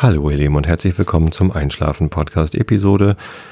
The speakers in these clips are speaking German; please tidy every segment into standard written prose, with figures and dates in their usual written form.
Hallo ihr Lieben und herzlich willkommen zum Einschlafen-Podcast, Episode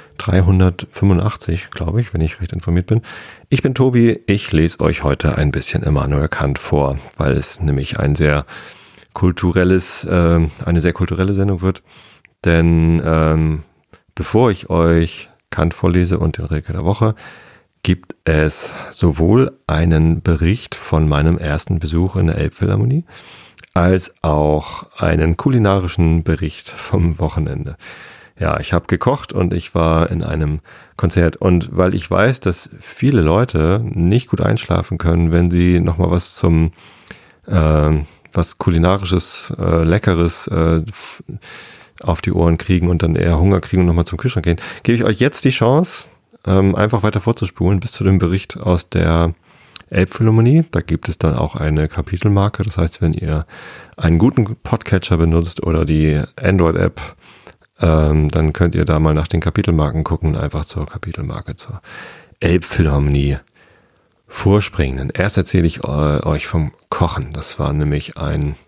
385, glaube ich, wenn ich recht informiert bin. Ich bin Tobi, ich lese euch heute ein bisschen Immanuel Kant vor, weil es nämlich eine sehr kulturelle Sendung wird. Denn bevor ich euch Kant vorlese und den Rilke der Woche, gibt es sowohl einen Bericht von meinem ersten Besuch in der Elbphilharmonie, als auch einen kulinarischen Bericht vom Wochenende. Ja, ich habe gekocht und ich war in einem Konzert. Und weil ich weiß, dass viele Leute nicht gut einschlafen können, wenn sie nochmal was zum was kulinarisches, leckeres auf die Ohren kriegen und dann eher Hunger kriegen und nochmal zum Kühlschrank gehen, gebe ich euch jetzt die Chance, einfach weiter vorzuspulen bis zu dem Bericht aus der Elbphilharmonie. Da gibt es dann auch eine Kapitelmarke. Das heißt, wenn ihr einen guten Podcatcher benutzt oder die Android-App, dann könnt ihr da mal nach den Kapitelmarken gucken und einfach zur Kapitelmarke zur Elbphilharmonie vorspringen. Erst erzähle ich euch vom Kochen. Das war nämlich ein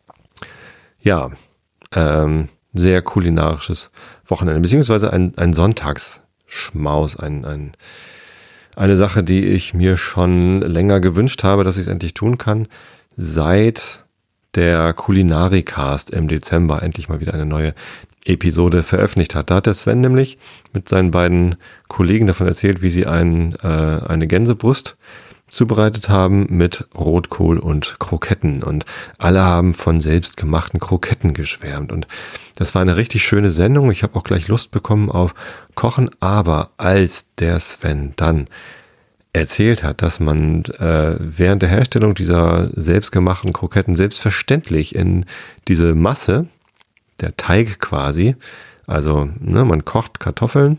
sehr kulinarisches Wochenende, beziehungsweise ein Sonntagsschmaus, eine Sache, die ich mir schon länger gewünscht habe, dass ich es endlich tun kann, seit der Kulinarikast im Dezember endlich mal wieder eine neue Episode veröffentlicht hat. Da hat der Sven nämlich mit seinen beiden Kollegen davon erzählt, wie sie eine Gänsebrust zubereitet haben mit Rotkohl und Kroketten. Und alle haben von selbstgemachten Kroketten geschwärmt. Und das war eine richtig schöne Sendung. Ich habe auch gleich Lust bekommen auf Kochen. Aber als der Sven dann erzählt hat, dass man während der Herstellung dieser selbstgemachten Kroketten selbstverständlich in diese Masse, der Teig quasi, also man kocht Kartoffeln,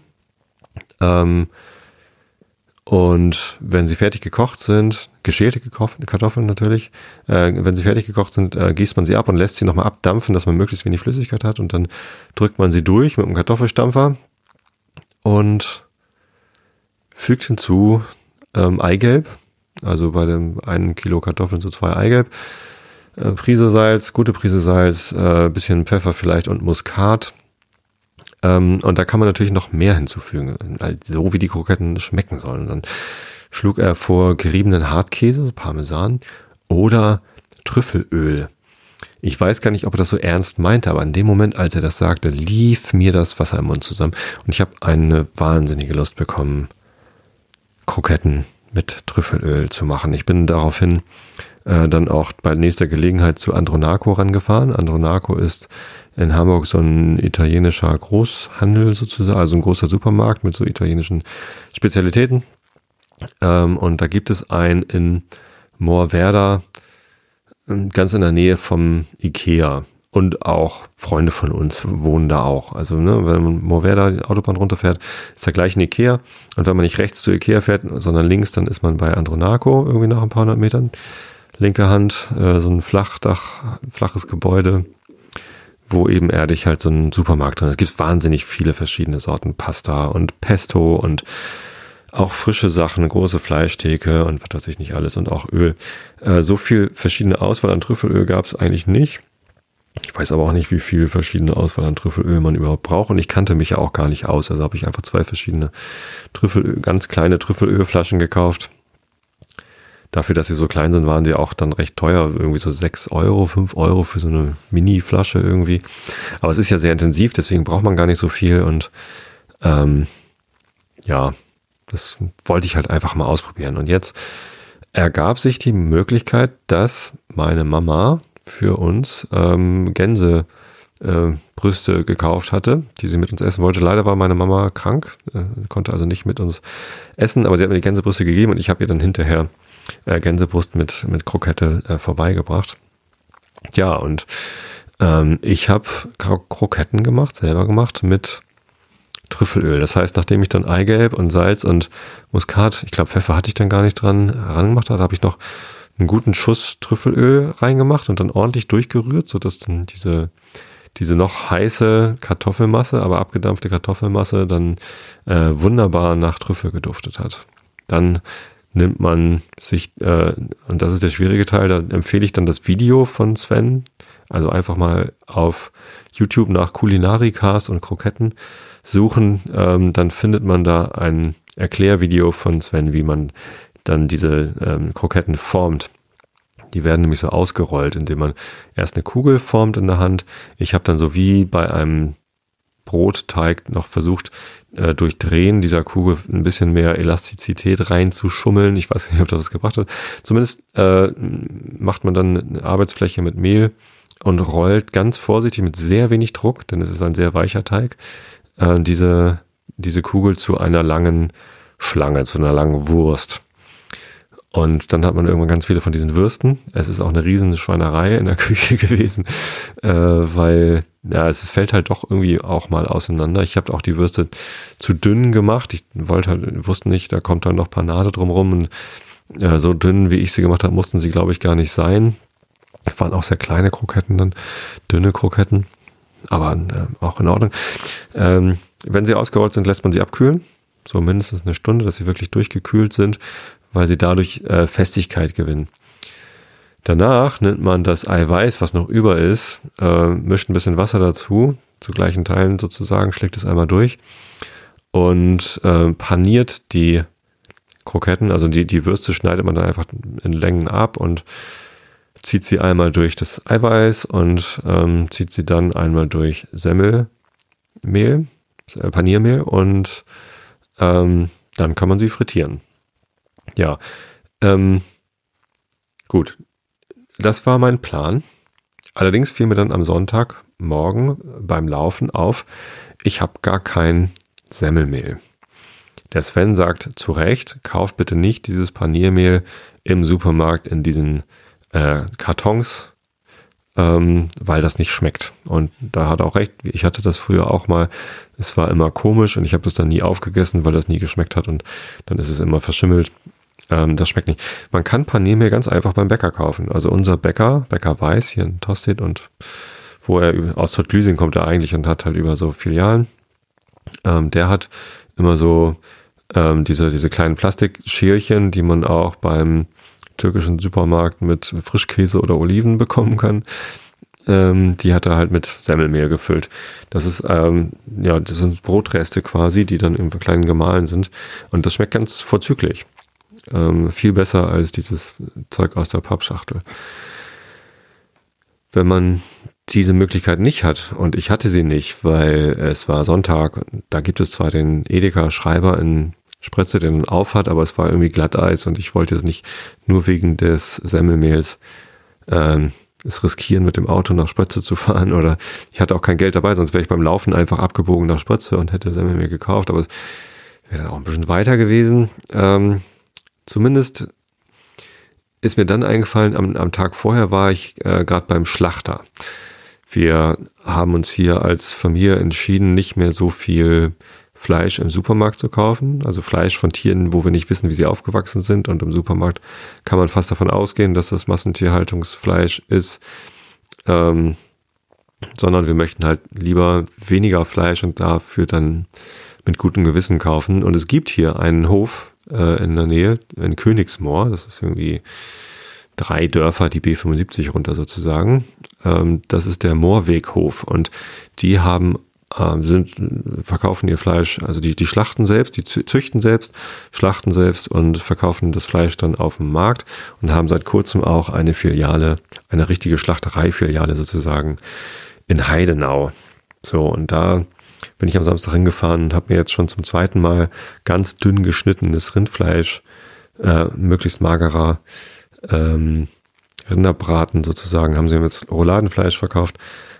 und wenn sie fertig gekocht sind, geschälte Kartoffeln natürlich, wenn sie fertig gekocht sind, gießt man sie ab und lässt sie nochmal abdampfen, dass man möglichst wenig Flüssigkeit hat, und dann drückt man sie durch mit einem Kartoffelstampfer und fügt hinzu Eigelb, also bei dem 1 Kilo Kartoffeln so 2 Eigelb, Prise Salz, gute Prise Salz, bisschen Pfeffer vielleicht und Muskat. Und da kann man natürlich noch mehr hinzufügen, so wie die Kroketten schmecken sollen. Und dann schlug er vor geriebenen Hartkäse, so Parmesan, oder Trüffelöl. Ich weiß gar nicht, ob er das so ernst meinte, aber in dem Moment, als er das sagte, lief mir das Wasser im Mund zusammen. Und ich habe eine wahnsinnige Lust bekommen, Kroketten mit Trüffelöl zu machen. Ich bin daraufhin dann auch bei nächster Gelegenheit zu Andronaco rangefahren. Andronaco ist in Hamburg so ein italienischer Großhandel sozusagen, also ein großer Supermarkt mit so italienischen Spezialitäten. Und da gibt es einen in Moorwerder, ganz in der Nähe vom Ikea. Und auch Freunde von uns wohnen da auch. Also wenn man Moorwerder die Autobahn runterfährt, ist da gleich ein Ikea. Und wenn man nicht rechts zu Ikea fährt, sondern links, dann ist man bei Andronaco irgendwie nach ein paar hundert Metern. Linke Hand, so ein flaches Gebäude, wo ebenerdig halt so ein Supermarkt drin ist. Es gibt wahnsinnig viele verschiedene Sorten Pasta und Pesto und auch frische Sachen, große Fleischtheke und was weiß ich nicht alles, und auch Öl. So viel verschiedene Auswahl an Trüffelöl gab es eigentlich nicht. Ich weiß aber auch nicht, wie viel verschiedene Auswahl an Trüffelöl man überhaupt braucht, und ich kannte mich ja auch gar nicht aus. Also habe ich einfach 2 verschiedene ganz kleine Trüffelölflaschen gekauft. Dafür, dass sie so klein sind, waren die auch dann recht teuer. Irgendwie so 6 Euro, 5 Euro für so eine Mini-Flasche irgendwie. Aber es ist ja sehr intensiv, deswegen braucht man gar nicht so viel. Und das wollte ich halt einfach mal ausprobieren. Und jetzt ergab sich die Möglichkeit, dass meine Mama für uns Gänsebrüste gekauft hatte, die sie mit uns essen wollte. Leider war meine Mama krank, konnte also nicht mit uns essen, aber sie hat mir die Gänsebrüste gegeben und ich habe ihr dann hinterher Gänsebrust mit Krokette vorbeigebracht. Ja, und ich habe Kroketten selber gemacht mit Trüffelöl. Das heißt, nachdem ich dann Eigelb und Salz und Muskat, ich glaube Pfeffer hatte ich dann gar nicht herangemacht, da habe ich noch einen guten Schuss Trüffelöl reingemacht und dann ordentlich durchgerührt, sodass dann diese noch heiße Kartoffelmasse, aber abgedampfte Kartoffelmasse dann wunderbar nach Trüffel geduftet hat. Dann nimmt man sich, und das ist der schwierige Teil, da empfehle ich dann das Video von Sven Also einfach mal auf YouTube nach Kulinarikas und Kroketten suchen, dann findet man da ein Erklärvideo von Sven, wie man dann diese Kroketten formt. Die werden nämlich so ausgerollt, indem man erst eine Kugel formt in der Hand. Ich habe dann so wie bei einem Brotteig noch versucht, durch Drehen dieser Kugel ein bisschen mehr Elastizität reinzuschummeln. Ich weiß nicht, ob das was gebracht hat. Zumindest macht man dann eine Arbeitsfläche mit Mehl und rollt ganz vorsichtig mit sehr wenig Druck, denn es ist ein sehr weicher Teig, diese Kugel zu einer langen Schlange, zu einer langen Wurst. Und dann hat man irgendwann ganz viele von diesen Würsten. Es ist auch eine riesen Schweinerei in der Küche gewesen, weil es fällt halt doch irgendwie auch mal auseinander. Ich habe auch die Würste zu dünn gemacht. Ich wusste nicht, da kommt dann noch Panade drumrum. Und so dünn, wie ich sie gemacht habe, mussten sie, glaube ich, gar nicht sein. Waren auch sehr kleine Kroketten dann, dünne Kroketten, aber auch in Ordnung. Wenn sie ausgerollt sind, lässt man sie abkühlen. So mindestens eine Stunde, dass sie wirklich durchgekühlt sind, weil sie dadurch Festigkeit gewinnen. Danach nimmt man das Eiweiß, was noch über ist, mischt ein bisschen Wasser dazu, zu gleichen Teilen sozusagen, schlägt es einmal durch und paniert die Kroketten, also die Würste schneidet man dann einfach in Längen ab und zieht sie einmal durch das Eiweiß und zieht sie dann einmal durch Semmelmehl, Paniermehl und dann kann man sie frittieren. Ja, gut. Das war mein Plan. Allerdings fiel mir dann am Sonntagmorgen beim Laufen auf, ich habe gar kein Semmelmehl. Der Sven sagt zu Recht, kauft bitte nicht dieses Paniermehl im Supermarkt in diesen Kartons, weil das nicht schmeckt. Und da hat er auch recht, ich hatte das früher auch mal, es war immer komisch und ich habe das dann nie aufgegessen, weil das nie geschmeckt hat und dann ist es immer verschimmelt. Das schmeckt nicht. Man kann Paniermehl ganz einfach beim Bäcker kaufen. Also unser Bäcker Weiß hier in Tostedt und wo er aus Tottlüsing kommt er eigentlich und hat halt über so Filialen. Der hat immer so diese kleinen Plastikschälchen, die man auch beim türkischen Supermarkt mit Frischkäse oder Oliven bekommen kann. Die hat er halt mit Semmelmehl gefüllt. Das ist, das sind Brotreste quasi, die dann im Kleinen gemahlen sind. Und das schmeckt ganz vorzüglich. Viel besser als dieses Zeug aus der Pappschachtel. Wenn man diese Möglichkeit nicht hat, und ich hatte sie nicht, weil es war Sonntag, da gibt es zwar den Edeka-Schreiber in Spritze, den auf hat, aber es war irgendwie Glatteis und ich wollte es nicht nur wegen des Semmelmehls es riskieren, mit dem Auto nach Spritze zu fahren, oder ich hatte auch kein Geld dabei, sonst wäre ich beim Laufen einfach abgebogen nach Spritze und hätte Semmelmehl gekauft, aber es wäre dann auch ein bisschen weiter gewesen. Zumindest ist mir dann eingefallen, am Tag vorher war ich gerade beim Schlachter. Wir haben uns hier als Familie entschieden, nicht mehr so viel Fleisch im Supermarkt zu kaufen. Also Fleisch von Tieren, wo wir nicht wissen, wie sie aufgewachsen sind. Und im Supermarkt kann man fast davon ausgehen, dass das Massentierhaltungsfleisch ist. Sondern wir möchten halt lieber weniger Fleisch und dafür dann mit gutem Gewissen kaufen. Und es gibt hier einen Hof in der Nähe, in Königsmoor. Das ist irgendwie 3 Dörfer, die B75 runter sozusagen. Das ist der Moorweghof. Und die haben verkaufen ihr Fleisch, also die schlachten selbst, die züchten selbst, schlachten selbst und verkaufen das Fleisch dann auf dem Markt und haben seit kurzem auch eine Filiale, eine richtige Schlachterei-Filiale sozusagen in Heidenau. So, und da bin ich am Samstag hingefahren und habe mir jetzt schon zum 2. Mal ganz dünn geschnittenes Rindfleisch, möglichst magerer Rinderbraten sozusagen, haben sie mit Rouladenfleisch verkauft,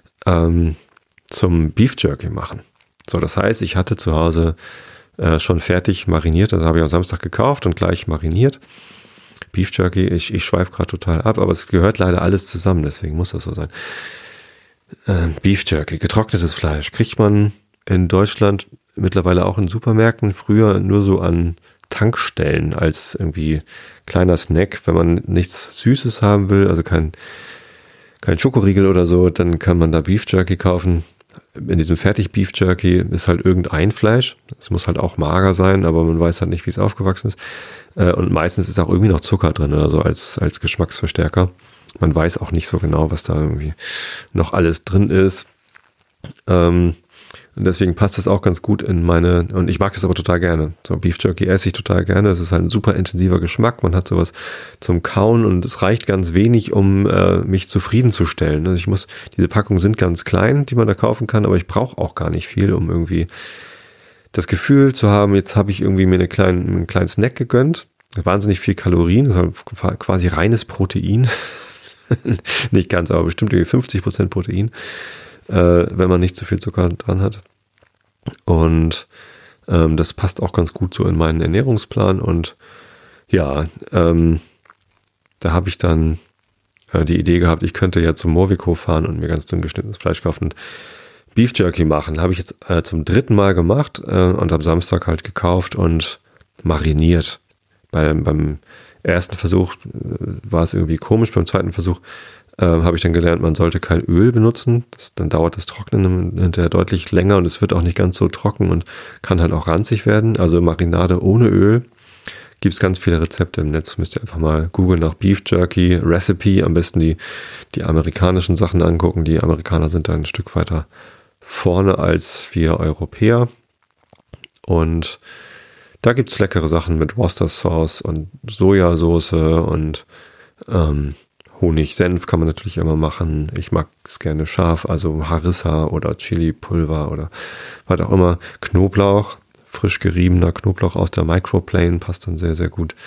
zum Beef Jerky machen. So, das heißt, ich hatte zu Hause schon fertig mariniert, das habe ich am Samstag gekauft und gleich mariniert. Beef Jerky, ich schweife gerade total ab, aber es gehört leider alles zusammen, deswegen muss das so sein. Beef Jerky, getrocknetes Fleisch, kriegt man in Deutschland mittlerweile auch in Supermärkten, früher nur so an Tankstellen als irgendwie kleiner Snack, wenn man nichts Süßes haben will, also kein Schokoriegel oder so, dann kann man da Beef Jerky kaufen. In diesem Fertig-Beef Jerky ist halt irgendein Fleisch. Es muss halt auch mager sein, aber man weiß halt nicht, wie es aufgewachsen ist. Und meistens ist auch irgendwie noch Zucker drin oder so als Geschmacksverstärker. Man weiß auch nicht so genau, was da irgendwie noch alles drin ist. Und deswegen passt das auch ganz gut in meine, und ich mag das aber total gerne. So Beef Jerky esse ich total gerne. Es ist halt ein super intensiver Geschmack. Man hat sowas zum Kauen und es reicht ganz wenig, um mich zufriedenzustellen. Also diese Packungen sind ganz klein, die man da kaufen kann, aber ich brauche auch gar nicht viel, um irgendwie das Gefühl zu haben, jetzt habe ich irgendwie mir einen kleinen Snack gegönnt. Wahnsinnig viel Kalorien, das ist halt quasi reines Protein. Nicht ganz, aber bestimmt irgendwie 50% Protein, wenn man nicht zu viel Zucker dran hat. Und das passt auch ganz gut so in meinen Ernährungsplan. Und ja, da habe ich dann die Idee gehabt, ich könnte ja zum Movico fahren und mir ganz dünn geschnittenes Fleisch kaufen und Beef Jerky machen. Habe ich jetzt zum 3. Mal gemacht und am Samstag halt gekauft und mariniert. Beim ersten Versuch war es irgendwie komisch, beim zweiten Versuch habe ich dann gelernt, man sollte kein Öl benutzen. Dann dauert das Trocknen hinterher deutlich länger und es wird auch nicht ganz so trocken und kann halt auch ranzig werden. Also Marinade ohne Öl. Gibt es ganz viele Rezepte im Netz. Müsst ihr einfach mal googeln nach Beef Jerky Recipe. Am besten die amerikanischen Sachen angucken. Die Amerikaner sind da ein Stück weiter vorne als wir Europäer. Und da gibt es leckere Sachen mit Worcester Sauce und Sojasauce und Honig, Senf kann man natürlich immer machen. Ich mag es gerne scharf, also Harissa oder Chili-Pulver oder was auch immer. Knoblauch, frisch geriebener Knoblauch aus der Microplane passt dann sehr, sehr gut.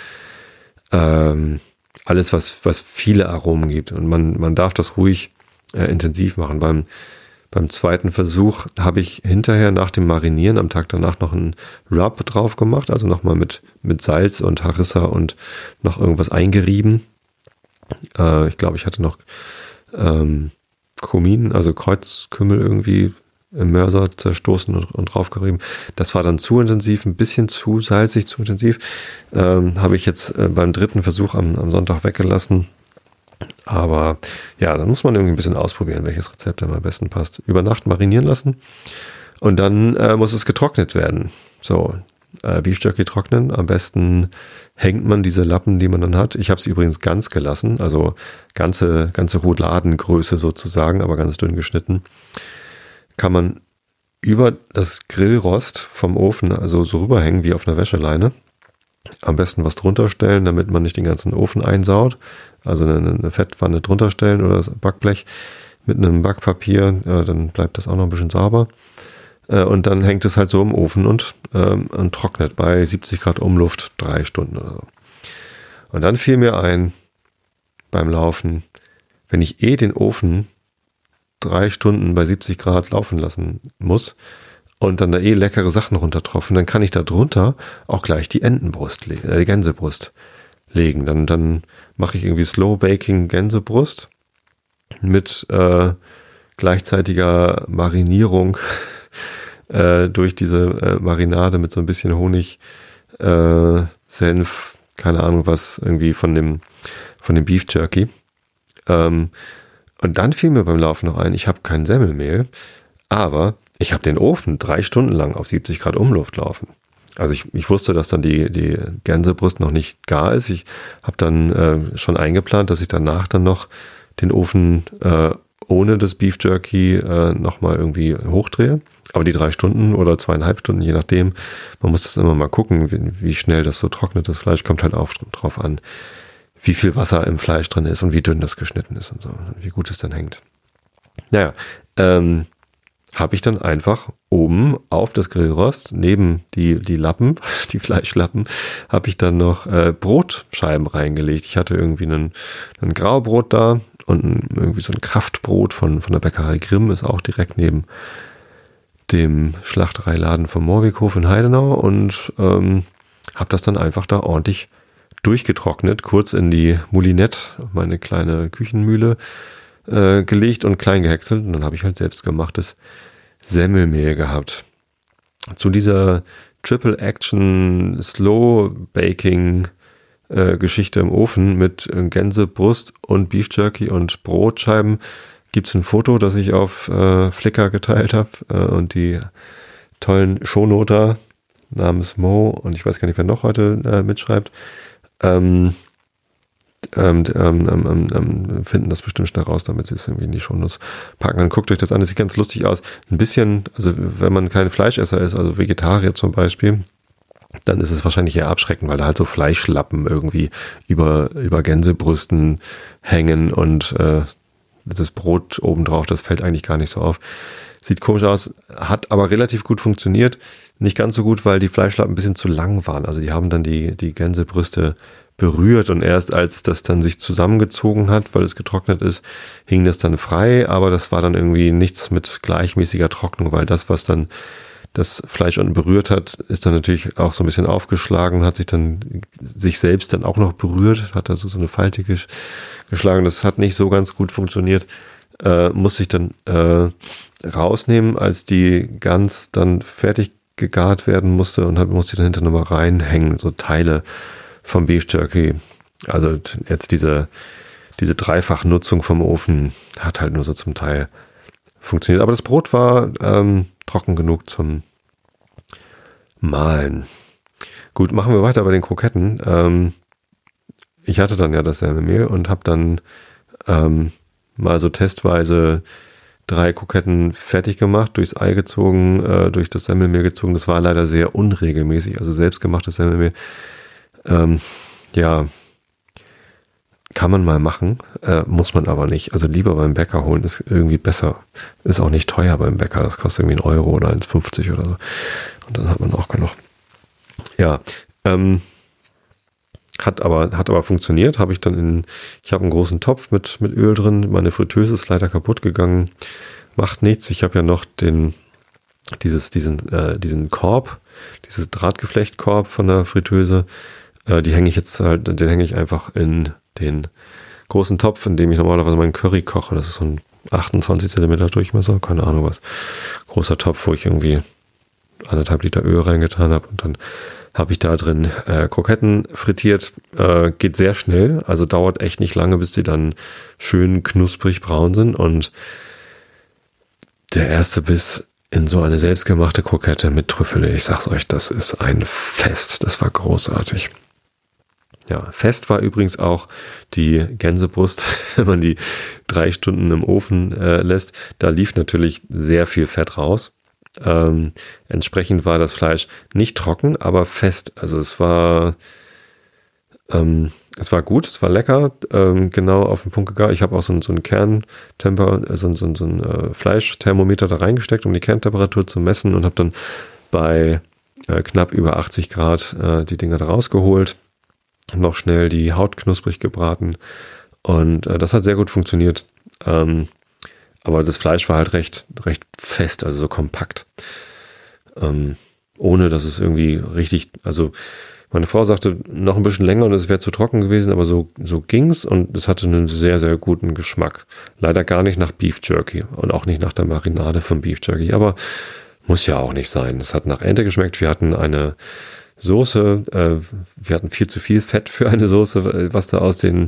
Alles, was viele Aromen gibt. Und man darf das ruhig intensiv machen. Beim zweiten Versuch habe ich hinterher nach dem Marinieren am Tag danach noch einen Rub drauf gemacht, also nochmal mit Salz und Harissa und noch irgendwas eingerieben. Ich glaube, ich hatte noch Kumin, also Kreuzkümmel irgendwie im Mörser zerstoßen und draufgerieben. Das war dann zu intensiv, ein bisschen zu salzig, zu intensiv. Habe ich jetzt beim 3. Versuch am Sonntag weggelassen. Aber ja, dann muss man irgendwie ein bisschen ausprobieren, welches Rezept am besten passt. Über Nacht marinieren lassen und dann muss es getrocknet werden. So, Beef Jerky trocknen. Am besten hängt man diese Lappen, die man dann hat. Ich habe sie übrigens ganz gelassen, also ganze Rouladengröße sozusagen, aber ganz dünn geschnitten. Kann man über das Grillrost vom Ofen also so rüberhängen wie auf einer Wäscheleine. Am besten was drunter stellen, damit man nicht den ganzen Ofen einsaut. Also eine Fettpfanne drunter stellen oder das Backblech mit einem Backpapier, dann bleibt das auch noch ein bisschen sauber. Und dann hängt es halt so im Ofen und trocknet bei 70 Grad Umluft 3 Stunden oder so. Und dann fiel mir ein beim Laufen, wenn ich den Ofen 3 Stunden bei 70 Grad laufen lassen muss und dann da leckere Sachen runtertropfen, dann kann ich da drunter auch gleich die die Gänsebrust legen. Dann mache ich irgendwie Slow Baking Gänsebrust mit gleichzeitiger Marinierung durch diese Marinade mit so ein bisschen Honig, Senf, keine Ahnung was, irgendwie von dem Beef Jerky. Und dann fiel mir beim Laufen noch ein, ich habe kein Semmelmehl, aber ich habe den Ofen 3 Stunden lang auf 70 Grad Umluft laufen. Also ich wusste, dass dann die Gänsebrust noch nicht gar ist. Ich habe dann schon eingeplant, dass ich danach dann noch den Ofen ohne das Beef Jerky nochmal irgendwie hochdrehe. Aber die 3 Stunden oder 2,5 Stunden, je nachdem, man muss das immer mal gucken, wie schnell das so trocknet. Das Fleisch kommt halt auch drauf an, wie viel Wasser im Fleisch drin ist und wie dünn das geschnitten ist und so, wie gut es dann hängt. Naja, habe ich dann einfach oben auf das Grillrost, neben die Lappen, die Fleischlappen, habe ich dann noch Brotscheiben reingelegt. Ich hatte irgendwie ein Graubrot da und irgendwie so ein Kraftbrot von der Bäckerei Grimm, ist auch direkt neben dem Schlachtereiladen vom Moorweghof in Heidenau und habe das dann einfach da ordentlich durchgetrocknet, kurz in die Moulinette, meine kleine Küchenmühle, gelegt und klein gehäckselt und dann habe ich halt selbstgemachtes Semmelmehl gehabt. Zu dieser Triple Action Slow Baking Geschichte im Ofen mit Gänsebrust und Beef Jerky und Brotscheiben gibt es ein Foto, das ich auf Flickr geteilt habe und die tollen Shownoter namens Mo und ich weiß gar nicht, wer noch heute mitschreibt, finden das bestimmt schnell raus, damit sie es irgendwie in die Shownotes packen. Dann guckt euch das an, das sieht ganz lustig aus. Ein bisschen, also wenn man kein Fleischesser ist, also Vegetarier zum Beispiel, dann ist es wahrscheinlich eher abschreckend, weil da halt so Fleischlappen irgendwie über Gänsebrüsten hängen und das Brot obendrauf, das fällt eigentlich gar nicht so auf. Sieht komisch aus, hat aber relativ gut funktioniert. Nicht ganz so gut, weil die Fleischlappen ein bisschen zu lang waren. Also die haben dann die Gänsebrüste berührt und erst als das dann sich zusammengezogen hat, weil es getrocknet ist, hing das dann frei, aber das war dann irgendwie nichts mit gleichmäßiger Trocknung, weil das, was dann das Fleisch unten berührt hat, ist dann natürlich auch so ein bisschen aufgeschlagen, hat sich selbst dann auch noch berührt, hat da so eine Falte geschlagen. Das hat nicht so ganz gut funktioniert. Muss ich dann rausnehmen, als die Gans dann fertig gegart werden musste und musste ich dann hinterher nochmal reinhängen, so Teile vom Beef Jerky. Also jetzt diese Dreifachnutzung vom Ofen hat halt nur so zum Teil funktioniert. Aber das Brot war trocken genug zum Mahlen. Gut, machen wir weiter bei den Kroketten. Ich hatte dann ja das Semmelmehl und habe dann mal so testweise 3 Kroketten fertig gemacht, durchs Ei gezogen, durch das Semmelmehl gezogen. Das war leider sehr unregelmäßig, also selbstgemachtes Semmelmehl. Ja, kann man mal machen, muss man aber nicht. Also lieber beim Bäcker holen, ist irgendwie besser. Ist auch nicht teuer beim Bäcker, das kostet irgendwie 1 € oder 1,50 oder so. Und dann hat man auch genug. Ja, hat aber funktioniert. Ich habe einen großen Topf mit Öl drin. Meine Fritteuse ist leider kaputt gegangen. Macht nichts. Ich habe ja noch diesen Korb, dieses Drahtgeflechtkorb von der Fritteuse. Den hänge ich einfach in den großen Topf, in dem ich normalerweise meinen Curry koche. Das ist so ein 28 cm Durchmesser, keine Ahnung was. Großer Topf, wo ich irgendwie 1,5 Liter Öl reingetan habe und dann habe ich da drin Kroketten frittiert. Geht sehr schnell, also dauert echt nicht lange, bis die dann schön knusprig braun sind. Und der erste Biss in so eine selbstgemachte Krokette mit Trüffel, ich sag's euch, das ist ein Fest. Das war großartig. Ja, fest war übrigens auch die Gänsebrust, wenn man die 3 Stunden im Ofen lässt. Da lief natürlich sehr viel Fett raus. Entsprechend war das Fleisch nicht trocken, aber fest. Also es war gut, es war lecker, genau auf den Punkt gegangen. Ich habe auch so einen Fleischthermometer da reingesteckt, um die Kerntemperatur zu messen und habe dann bei knapp über 80 Grad die Dinger da rausgeholt. Noch schnell die Haut knusprig gebraten und das hat sehr gut funktioniert. Aber das Fleisch war halt recht fest, also so kompakt. Ohne dass es irgendwie richtig, also meine Frau sagte, noch ein bisschen länger und es wäre zu trocken gewesen, aber so ging's und es hatte einen sehr, sehr guten Geschmack. Leider gar nicht nach Beef Jerky und auch nicht nach der Marinade von Beef Jerky, aber muss ja auch nicht sein. Es hat nach Ente geschmeckt. Wir hatten eine Soße, wir hatten viel zu viel Fett für eine Soße, was da aus den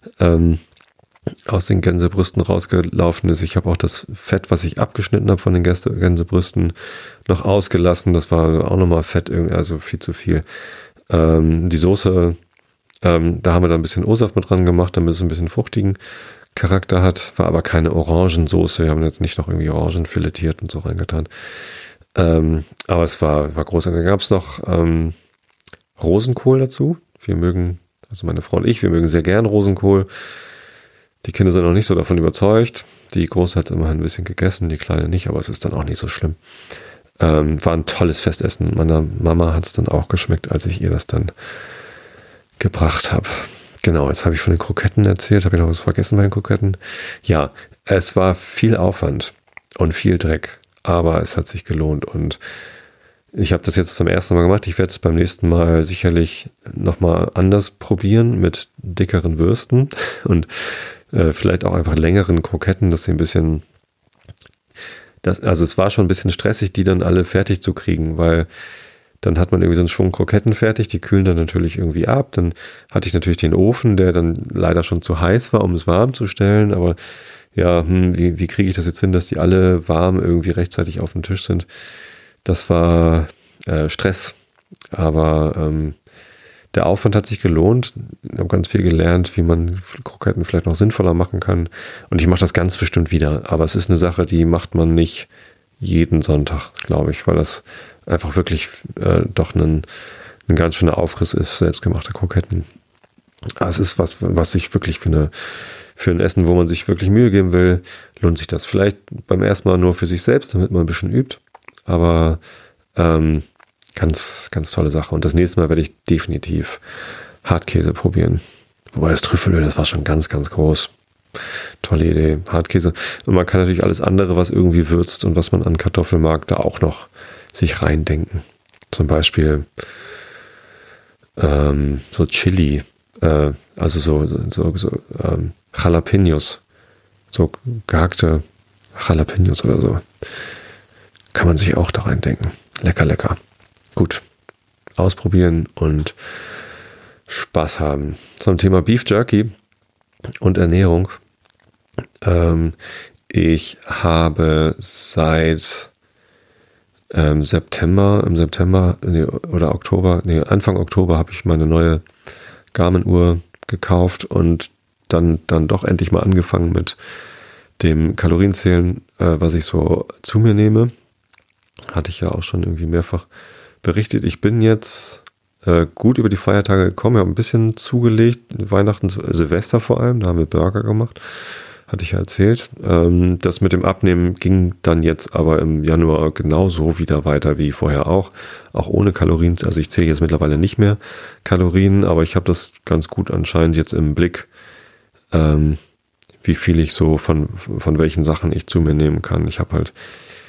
Gänsebrüsten rausgelaufen ist. Ich habe auch das Fett, was ich abgeschnitten habe von den Gänsebrüsten, noch ausgelassen. Das war auch nochmal Fett, also viel zu viel. Die Soße, da haben wir dann ein bisschen O-Saft mit dran gemacht, damit es ein bisschen fruchtigen Charakter hat. War aber keine Orangensoße. Wir haben jetzt nicht noch irgendwie Orangen filetiert und so reingetan. Aber es war großartig. Da gab es noch Rosenkohl dazu. Also meine Frau und ich, wir mögen sehr gern Rosenkohl. Die Kinder sind noch nicht so davon überzeugt. Die Große hat es immerhin ein bisschen gegessen, die Kleine nicht, aber es ist dann auch nicht so schlimm. War ein tolles Festessen. Meiner Mama hat es dann auch geschmeckt, als ich ihr das dann gebracht habe. Genau, jetzt habe ich von den Kroketten erzählt. Habe ich noch was vergessen bei den Kroketten? Ja, es war viel Aufwand und viel Dreck, aber es hat sich gelohnt und ich habe das jetzt zum ersten Mal gemacht. Ich werde es beim nächsten Mal sicherlich nochmal anders probieren mit dickeren Würsten und vielleicht auch einfach längeren Kroketten, dass sie ein bisschen, also es war schon ein bisschen stressig, die dann alle fertig zu kriegen, weil dann hat man irgendwie so einen Schwung Kroketten fertig, die kühlen dann natürlich irgendwie ab. Dann hatte ich natürlich den Ofen, der dann leider schon zu heiß war, um es warm zu stellen, aber ja, wie kriege ich das jetzt hin, dass die alle warm irgendwie rechtzeitig auf dem Tisch sind? Das war Stress, aber der Aufwand hat sich gelohnt. Ich habe ganz viel gelernt, wie man Kroketten vielleicht noch sinnvoller machen kann. Und ich mache das ganz bestimmt wieder. Aber es ist eine Sache, die macht man nicht jeden Sonntag, glaube ich, weil das einfach wirklich doch ein ganz schöner Aufriss ist, selbstgemachte Kroketten. Aber es ist was sich wirklich für ein Essen, wo man sich wirklich Mühe geben will, lohnt sich das. Vielleicht beim ersten Mal nur für sich selbst, damit man ein bisschen übt. Aber ganz, ganz tolle Sache. Und das nächste Mal werde ich definitiv Hartkäse probieren. Wobei das Trüffelöl, das war schon ganz, ganz groß. Tolle Idee. Hartkäse. Und man kann natürlich alles andere, was irgendwie würzt und was man an Kartoffeln mag, da auch noch sich reindenken. Zum Beispiel so Chili, also so Jalapenos, so gehackte Jalapenos oder so. Kann man sich auch da reindenken. Lecker, lecker. Gut. Ausprobieren und Spaß haben. Zum Thema Beef Jerky und Ernährung. Ich habe seit Anfang Oktober habe ich meine neue Garmin-Uhr gekauft und dann doch endlich mal angefangen mit dem Kalorienzählen, was ich so zu mir nehme. Hatte ich ja auch schon irgendwie mehrfach berichtet. Ich bin jetzt gut über die Feiertage gekommen, habe ein bisschen zugelegt, Weihnachten, Silvester vor allem, da haben wir Burger gemacht, hatte ich ja erzählt. Das mit dem Abnehmen ging dann jetzt aber im Januar genauso wieder weiter wie vorher auch ohne Kalorien. Also ich zähle jetzt mittlerweile nicht mehr Kalorien, aber ich habe das ganz gut anscheinend jetzt im Blick, wie viel ich so von welchen Sachen ich zu mir nehmen kann. Ich habe halt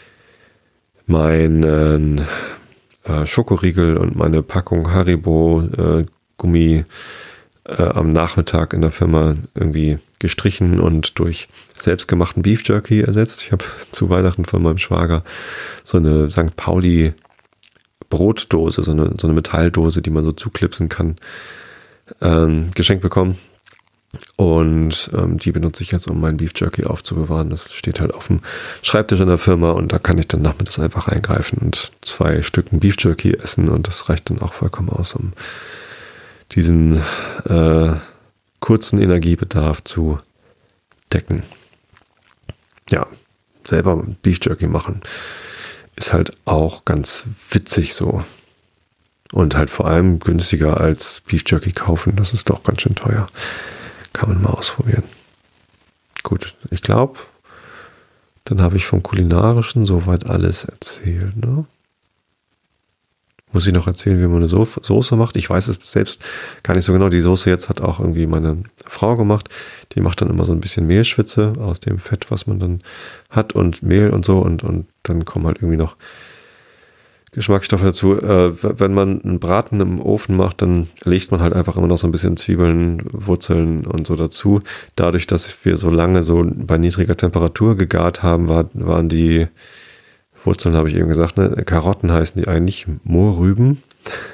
meinen Schokoriegel und meine Packung Haribo Gummi am Nachmittag in der Firma irgendwie gestrichen und durch selbstgemachten Beef Jerky ersetzt. Ich habe zu Weihnachten von meinem Schwager so eine St. Pauli Brotdose, so eine Metalldose, die man so zuklipsen kann, geschenkt bekommen. Und die benutze ich jetzt, um meinen Beef Jerky aufzubewahren. Das steht halt auf dem Schreibtisch in der Firma und da kann ich dann nachmittags einfach eingreifen und 2 Stücken Beef Jerky essen und das reicht dann auch vollkommen aus, um diesen kurzen Energiebedarf zu decken. Ja, selber Beef Jerky machen ist halt auch ganz witzig so. Und halt vor allem günstiger als Beef Jerky kaufen. Das ist doch ganz schön teuer. Kann man mal ausprobieren. Gut, ich glaube, dann habe ich vom Kulinarischen soweit alles erzählt, ne? Muss ich noch erzählen, wie man eine Soße macht? Ich weiß es selbst gar nicht so genau. Die Soße jetzt hat auch irgendwie meine Frau gemacht. Die macht dann immer so ein bisschen Mehlschwitze aus dem Fett, was man dann hat und Mehl und so und dann kommen halt irgendwie noch Geschmacksstoffe dazu. Wenn man einen Braten im Ofen macht, dann legt man halt einfach immer noch so ein bisschen Zwiebeln, Wurzeln und so dazu. Dadurch, dass wir so lange so bei niedriger Temperatur gegart haben, waren die Wurzeln, habe ich eben gesagt, ne? Karotten heißen die eigentlich, Mohrrüben.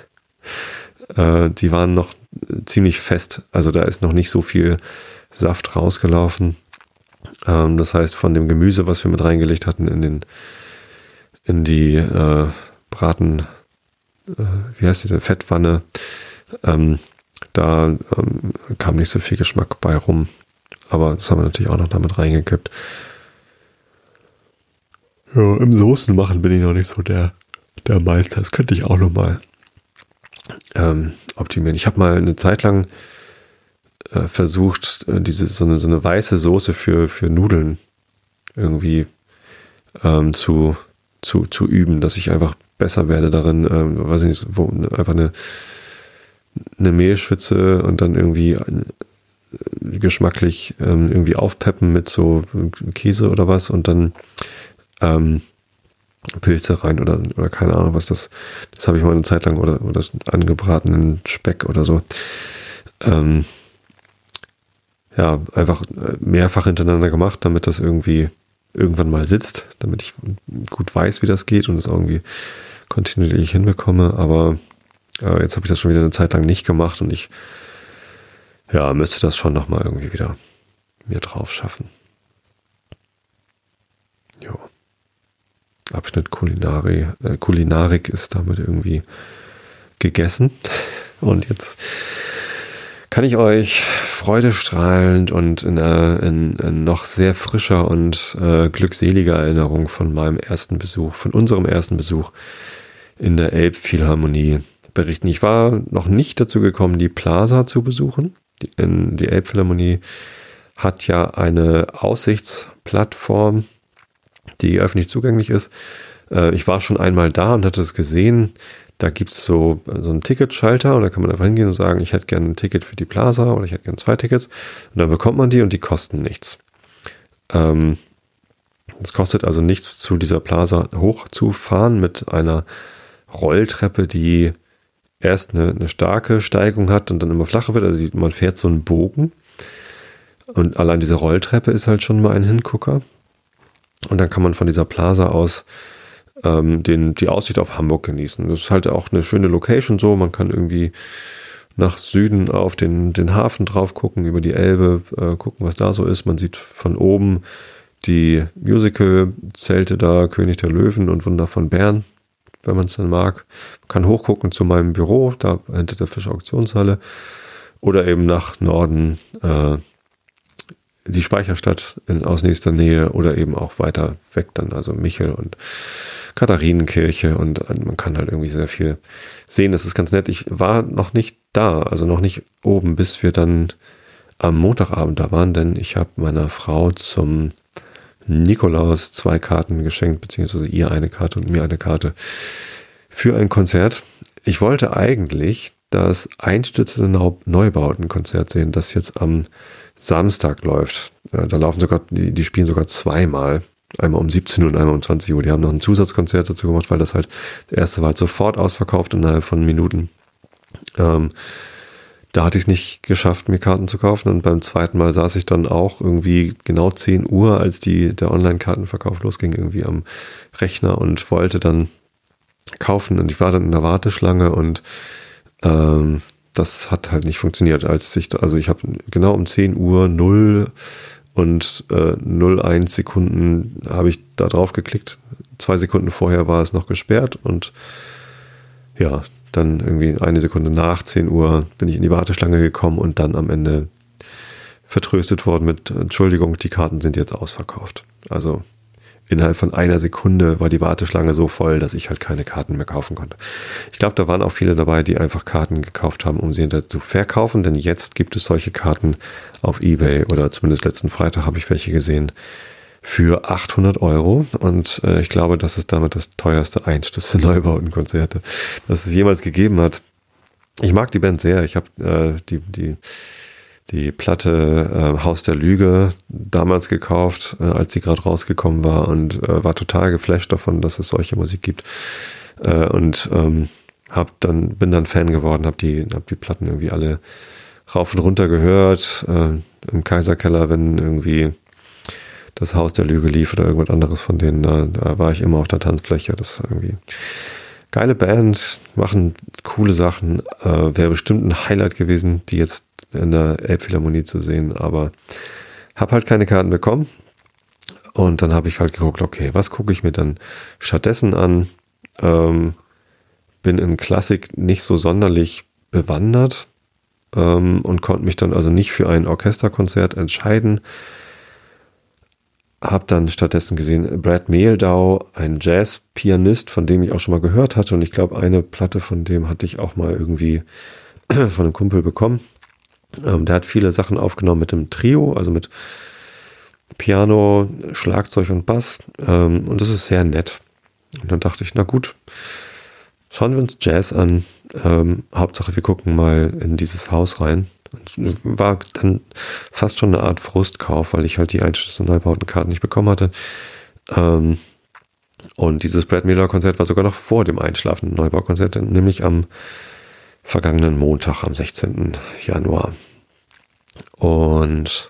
Die waren noch ziemlich fest, also da ist noch nicht so viel Saft rausgelaufen. Das heißt, von dem Gemüse, was wir mit reingelegt hatten in die Braten, wie heißt die denn, Fettpfanne, da kam nicht so viel Geschmack bei rum, aber das haben wir natürlich auch noch damit reingekippt. Ja, im Soßen machen bin ich noch nicht so der Meister. Das könnte ich auch noch mal optimieren. Ich habe mal eine Zeit lang versucht, so eine weiße Soße für Nudeln irgendwie zu üben, dass ich einfach besser werde darin, weiß ich nicht, einfach eine Mehlschwitze und dann irgendwie geschmacklich irgendwie aufpeppen mit so Käse oder was und dann Pilze rein oder keine Ahnung was, das habe ich mal eine Zeit lang oder angebratenen Speck oder so ja, einfach mehrfach hintereinander gemacht, damit das irgendwie irgendwann mal sitzt, damit ich gut weiß, wie das geht und es irgendwie kontinuierlich hinbekomme, aber jetzt habe ich das schon wieder eine Zeit lang nicht gemacht und ich müsste das schon nochmal irgendwie wieder mir drauf schaffen. Jo. Abschnitt Kulinarik ist damit irgendwie gegessen. Und jetzt kann ich euch freudestrahlend und in noch sehr frischer und glückseliger Erinnerung von unserem ersten Besuch in der Elbphilharmonie berichten. Ich war noch nicht dazu gekommen, die Plaza zu besuchen. Die Elbphilharmonie hat ja eine Aussichtsplattform, die öffentlich zugänglich ist. Ich war schon einmal da und hatte es gesehen. Da gibt es so einen Ticketschalter und da kann man einfach hingehen und sagen, ich hätte gerne ein Ticket für die Plaza oder ich hätte gerne 2 Tickets. Und dann bekommt man die und die kosten nichts. Es kostet also nichts, zu dieser Plaza hochzufahren mit einer Rolltreppe, die erst eine starke Steigung hat und dann immer flacher wird. Also man fährt so einen Bogen. Und allein diese Rolltreppe ist halt schon mal ein Hingucker. Und dann kann man von dieser Plaza aus die Aussicht auf Hamburg genießen. Das ist halt auch eine schöne Location so. Man kann irgendwie nach Süden auf den Hafen drauf gucken, über die Elbe, gucken, was da so ist. Man sieht von oben die Musical-Zelte da, König der Löwen und Wunder von Bern, wenn man es dann mag. Man kann hochgucken zu meinem Büro, da hinter der Fischer-Auktionshalle. Oder eben nach Norden die Speicherstadt aus nächster Nähe oder eben auch weiter weg dann, also Michel und Katharinenkirche und man kann halt irgendwie sehr viel sehen. Das ist ganz nett. Ich war noch nicht da, also noch nicht oben, bis wir dann am Montagabend da waren, denn ich habe meiner Frau zum Nikolaus 2 Karten geschenkt, beziehungsweise ihr eine Karte und mir eine Karte für ein Konzert. Ich wollte eigentlich das einstürzende Neubautenkonzert sehen, das jetzt am Samstag läuft. Da laufen sogar, die spielen sogar zweimal. Einmal um 17 Uhr und einmal um 20 Uhr. Die haben noch ein Zusatzkonzert dazu gemacht, weil das halt, das erste war halt sofort ausverkauft innerhalb von Minuten. Da hatte ich es nicht geschafft, mir Karten zu kaufen. Und beim zweiten Mal saß ich dann auch irgendwie genau 10 Uhr, als der Online-Kartenverkauf losging, irgendwie am Rechner und wollte dann kaufen. Und ich war dann in der Warteschlange und das hat halt nicht funktioniert. Also ich habe genau um 10 Uhr 0 und 0,1 Sekunden habe ich da drauf geklickt. 2 Sekunden vorher war es noch gesperrt und ja, dann irgendwie 1 Sekunde nach 10 Uhr bin ich in die Warteschlange gekommen und dann am Ende vertröstet worden mit Entschuldigung, die Karten sind jetzt ausverkauft. Also innerhalb von 1 Sekunde war die Warteschlange so voll, dass ich halt keine Karten mehr kaufen konnte. Ich glaube, da waren auch viele dabei, die einfach Karten gekauft haben, um sie hinterher zu verkaufen, denn jetzt gibt es solche Karten auf eBay oder zumindest letzten Freitag habe ich welche gesehen für 800 € und ich glaube, das ist damit das teuerste einstürzende Neubautenkonzert, das es jemals gegeben hat. Ich mag die Band sehr. Ich habe die Platte Haus der Lüge damals gekauft, als sie gerade rausgekommen war und war total geflasht davon, dass es solche Musik gibt. Und bin dann Fan geworden, hab die Platten irgendwie alle rauf und runter gehört, im Kaiserkeller, wenn irgendwie das Haus der Lüge lief oder irgendwas anderes von denen, da war ich immer auf der Tanzfläche. Das ist irgendwie geile Band, machen coole Sachen, wäre bestimmt ein Highlight gewesen, die jetzt in der Elbphilharmonie zu sehen, aber habe halt keine Karten bekommen und dann habe ich halt geguckt, okay, was gucke ich mir dann stattdessen an? Bin in Klassik nicht so sonderlich bewandert und konnte mich dann also nicht für ein Orchesterkonzert entscheiden. Habe dann stattdessen gesehen Brad Mehldau, ein Jazz-Pianist, von dem ich auch schon mal gehört hatte und ich glaube, eine Platte von dem hatte ich auch mal irgendwie von einem Kumpel bekommen. Der hat viele Sachen aufgenommen mit dem Trio, also mit Piano, Schlagzeug und Bass und das ist sehr nett. Und dann dachte ich, na gut, schauen wir uns Jazz an. Hauptsache, wir gucken mal in dieses Haus rein. Und war dann fast schon eine Art Frustkauf, weil ich halt die einstürzenden Neubautenkarten nicht bekommen hatte. Und dieses Brad Mehldau-Konzert war sogar noch vor dem einschlafenden Neubaukonzert, nämlich am vergangenen Montag, am 16. Januar. Und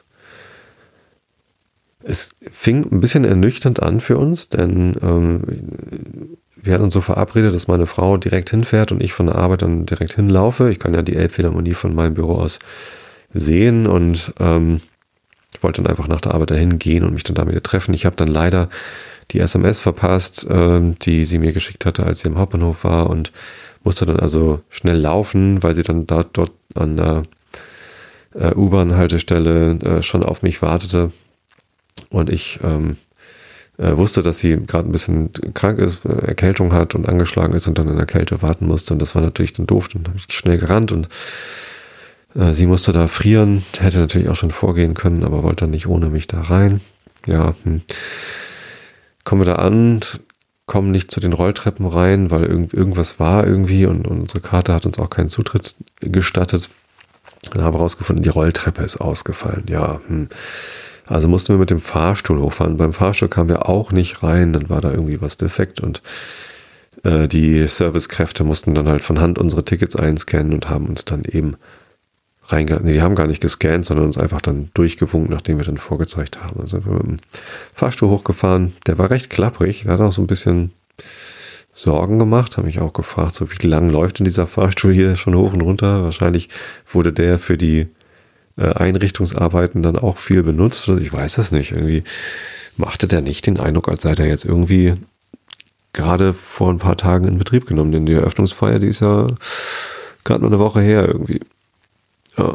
es fing ein bisschen ernüchternd an für uns, denn wir hatten uns so verabredet, dass meine Frau direkt hinfährt und ich von der Arbeit dann direkt hinlaufe. Ich kann ja die Elbphilharmonie von meinem Büro aus sehen und ich wollte dann einfach nach der Arbeit dahin gehen und mich dann da mit ihr treffen. Ich habe dann leider die SMS verpasst, die sie mir geschickt hatte, als sie am Hauptbahnhof war und musste dann also schnell laufen, weil sie dann dort an der U-Bahn-Haltestelle schon auf mich wartete. Und ich wusste, dass sie gerade ein bisschen krank ist, Erkältung hat und angeschlagen ist und dann in der Kälte warten musste. Und das war natürlich dann doof. Dann habe ich schnell gerannt und sie musste da frieren. Hätte natürlich auch schon vorgehen können, aber wollte dann nicht ohne mich da rein. Ja, kommen wir da an, kommen nicht zu den Rolltreppen rein, weil irgendwas war irgendwie und unsere Karte hat uns auch keinen Zutritt gestattet. Dann haben wir rausgefunden, die Rolltreppe ist ausgefallen. Ja, also mussten wir mit dem Fahrstuhl hochfahren. Beim Fahrstuhl kamen wir auch nicht rein, dann war da irgendwie was defekt und die Servicekräfte mussten dann halt von Hand unsere Tickets einscannen und haben uns dann eben die haben gar nicht gescannt, sondern uns einfach dann durchgewunken, nachdem wir dann vorgezeigt haben. Also wir mit dem Fahrstuhl hochgefahren, der war recht klapprig, der hat auch so ein bisschen Sorgen gemacht, habe mich auch gefragt, so wie lang läuft denn dieser Fahrstuhl hier schon hoch und runter? Wahrscheinlich wurde der für die Einrichtungsarbeiten dann auch viel benutzt. Ich weiß das nicht. Irgendwie machte der nicht den Eindruck, als sei der jetzt irgendwie gerade vor ein paar Tagen in Betrieb genommen. Denn die Eröffnungsfeier, die ist ja gerade nur eine Woche her irgendwie. Ja,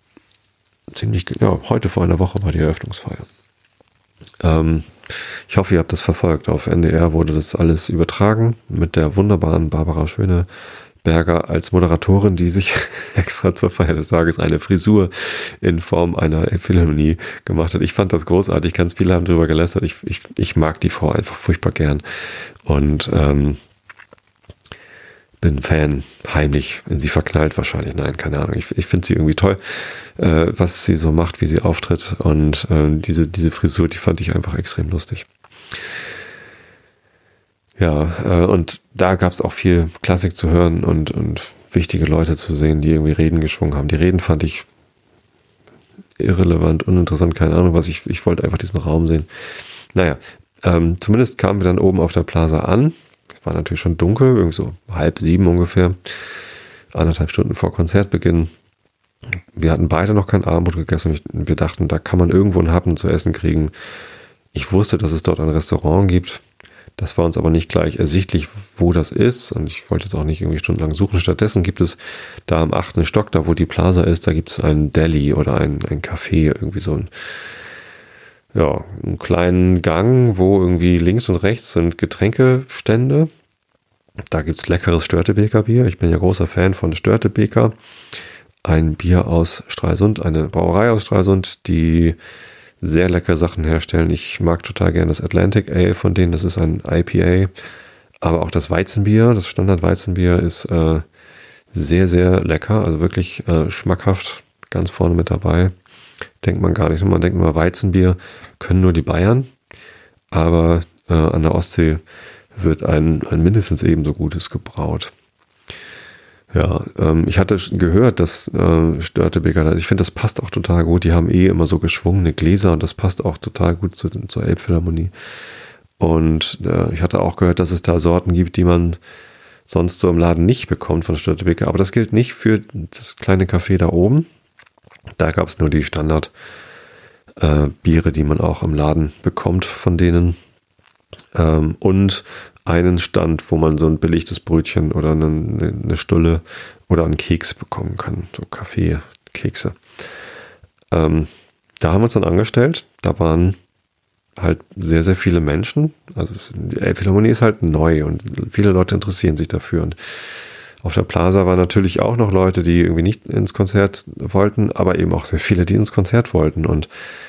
heute vor einer Woche war die Eröffnungsfeier. Ich hoffe, ihr habt das verfolgt. Auf NDR wurde das alles übertragen mit der wunderbaren Barbara Schöneberger als Moderatorin, die sich extra zur Feier des Tages eine Frisur in Form einer Philharmonie gemacht hat. Ich fand das großartig. Ganz viele haben darüber gelästert. Ich mag die Frau einfach furchtbar gern. Und bin Fan, heimlich in sie verknallt wahrscheinlich. Nein, keine Ahnung. Ich finde sie irgendwie toll, was sie so macht, wie sie auftritt. Und diese Frisur, die fand ich einfach extrem lustig. Ja, und da gab es auch viel Klassik zu hören und wichtige Leute zu sehen, die irgendwie Reden geschwungen haben. Die Reden fand ich irrelevant, uninteressant, keine Ahnung was. Ich wollte einfach diesen Raum sehen. Naja, zumindest kamen wir dann oben auf der Plaza an. Es war natürlich schon dunkel, irgendwie so 6:30 ungefähr, 1,5 Stunden vor Konzertbeginn. Wir hatten beide noch kein Abendbrot gegessen. Wir dachten, da kann man irgendwo einen Happen zu essen kriegen. Ich wusste, dass es dort ein Restaurant gibt. Das war uns aber nicht gleich ersichtlich, wo das ist. Und ich wollte jetzt auch nicht irgendwie stundenlang suchen. Stattdessen gibt es da am 8. Stock, da wo die Plaza ist, da gibt es einen Deli oder ein Café, irgendwie so einen kleinen Gang, wo irgendwie links und rechts sind Getränkestände. Da gibt es leckeres Störtebeker Bier. Ich bin ja großer Fan von Störtebeker. Ein Bier aus Stralsund, eine Brauerei aus Stralsund, die sehr leckere Sachen herstellen. Ich mag total gerne das Atlantic Ale von denen. Das ist ein IPA. Aber auch das Weizenbier, das Standard-Weizenbier ist sehr, sehr lecker. Also wirklich schmackhaft, ganz vorne mit dabei. Denkt man gar nicht. Man denkt nur, Weizenbier können nur die Bayern. Aber an der Ostsee wird ein mindestens ebenso gutes gebraut. Ja, ich hatte gehört, dass Störtebeker, ich finde, das passt auch total gut. Die haben immer so geschwungene Gläser und das passt auch total gut zur Elbphilharmonie. Und ich hatte auch gehört, dass es da Sorten gibt, die man sonst so im Laden nicht bekommt von Störtebeker. Aber das gilt nicht für das kleine Café da oben. Da gab es nur die Standard Biere, die man auch im Laden bekommt von denen. Und einen Stand, wo man so ein belegtes Brötchen oder eine Stulle oder einen Keks bekommen kann. So Kaffeekekse. Da haben wir uns dann angestellt. Da waren halt sehr, sehr viele Menschen. Also die Elbphilharmonie ist halt neu und viele Leute interessieren sich dafür. Und auf der Plaza waren natürlich auch noch Leute, die irgendwie nicht ins Konzert wollten, aber eben auch sehr viele, die ins Konzert wollten. Und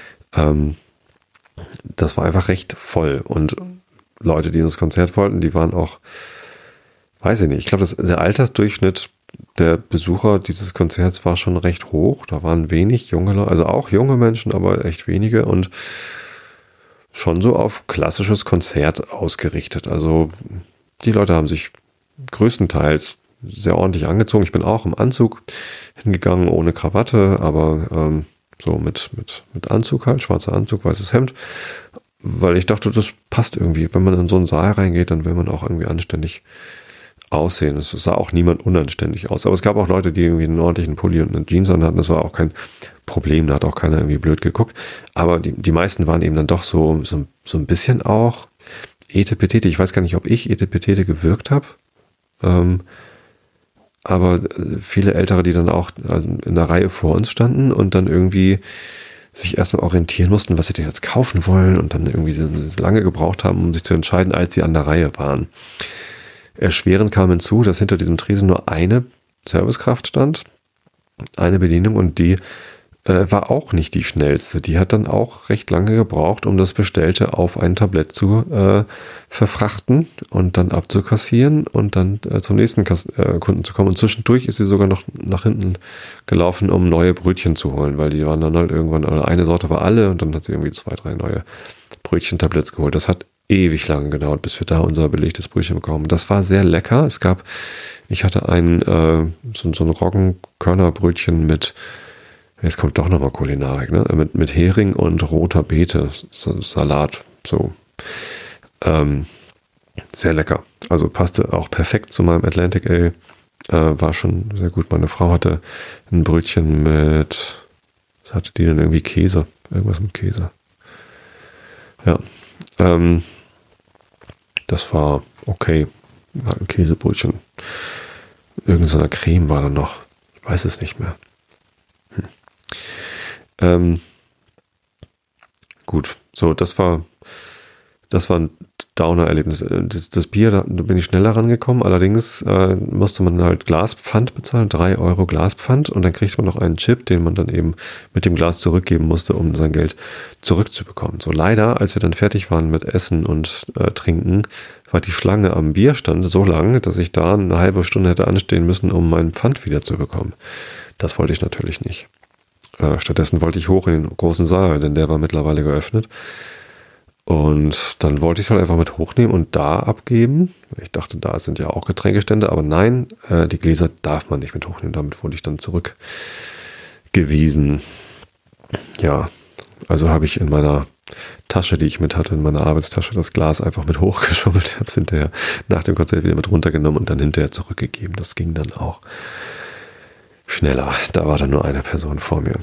das war einfach recht voll. Und Leute, die ins Konzert wollten, die waren auch, weiß ich nicht, ich glaube, der Altersdurchschnitt der Besucher dieses Konzerts war schon recht hoch. Da waren wenig junge Leute, also auch junge Menschen, aber echt wenige und schon so auf klassisches Konzert ausgerichtet. Also die Leute haben sich größtenteils sehr ordentlich angezogen. Ich bin auch im Anzug hingegangen, ohne Krawatte, aber so mit Anzug halt, schwarzer Anzug, weißes Hemd. Weil ich dachte, das passt irgendwie. Wenn man in so einen Saal reingeht, dann will man auch irgendwie anständig aussehen. Es sah auch niemand unanständig aus. Aber es gab auch Leute, die irgendwie einen ordentlichen Pulli und eine Jeans anhatten. Das war auch kein Problem. Da hat auch keiner irgendwie blöd geguckt. Aber die meisten waren eben dann doch so ein bisschen auch Etepetete. Ich weiß gar nicht, ob ich Etepetete gewirkt habe. aber viele Ältere, die dann auch in der Reihe vor uns standen und dann irgendwie sich erstmal orientieren mussten, was sie denn jetzt kaufen wollen und dann irgendwie lange gebraucht haben, um sich zu entscheiden, als sie an der Reihe waren. Erschwerend kam hinzu, dass hinter diesem Tresen nur eine Servicekraft stand, eine Bedienung, und die war auch nicht die schnellste. Die hat dann auch recht lange gebraucht, um das Bestellte auf ein Tablett zu verfrachten und dann abzukassieren und dann zum nächsten Kunden zu kommen. Und zwischendurch ist sie sogar noch nach hinten gelaufen, um neue Brötchen zu holen, weil die waren dann halt irgendwann, oder eine Sorte war alle, und dann hat sie irgendwie 2, 3 neue Brötchen-Tabletts geholt. Das hat ewig lange gedauert, bis wir da unser belegtes Brötchen bekommen. Das war sehr lecker. Ich hatte so ein Roggenkörnerbrötchen mit, jetzt kommt doch nochmal Kulinarik, ne? Mit Hering und roter Beete, Salat, so. Sehr lecker. Also passte auch perfekt zu meinem Atlantic Ale. War schon sehr gut. Meine Frau hatte ein Brötchen mit, was hatte die denn, irgendwie Käse? Irgendwas mit Käse. Ja. Das war okay. War ein Käsebrötchen. Irgend so eine Creme war da noch. Ich weiß es nicht mehr. Gut, so, das war ein Downer-Erlebnis. Das Bier, da bin ich schneller rangekommen, allerdings musste man halt Glaspfand bezahlen, 3 Euro Glaspfand, und dann kriegt man noch einen Chip, den man dann eben mit dem Glas zurückgeben musste, um sein Geld zurückzubekommen. So, leider, als wir dann fertig waren mit Essen und Trinken, war die Schlange am Bierstand so lang, dass ich da eine halbe Stunde hätte anstehen müssen, um meinen Pfand wieder zu bekommen. Das wollte ich natürlich nicht. Stattdessen wollte ich hoch in den großen Saal, denn der war mittlerweile geöffnet. Und dann wollte ich es halt einfach mit hochnehmen und da abgeben. Ich dachte, da sind ja auch Getränkestände, aber nein, die Gläser darf man nicht mit hochnehmen. Damit wurde ich dann zurückgewiesen. Ja, also habe ich in meiner Tasche, die ich mit hatte, in meiner Arbeitstasche, das Glas einfach mit hochgeschummelt. Habe es hinterher nach dem Konzert wieder mit runtergenommen und dann hinterher zurückgegeben. Das ging dann auch schneller. Da war dann nur eine Person vor mir.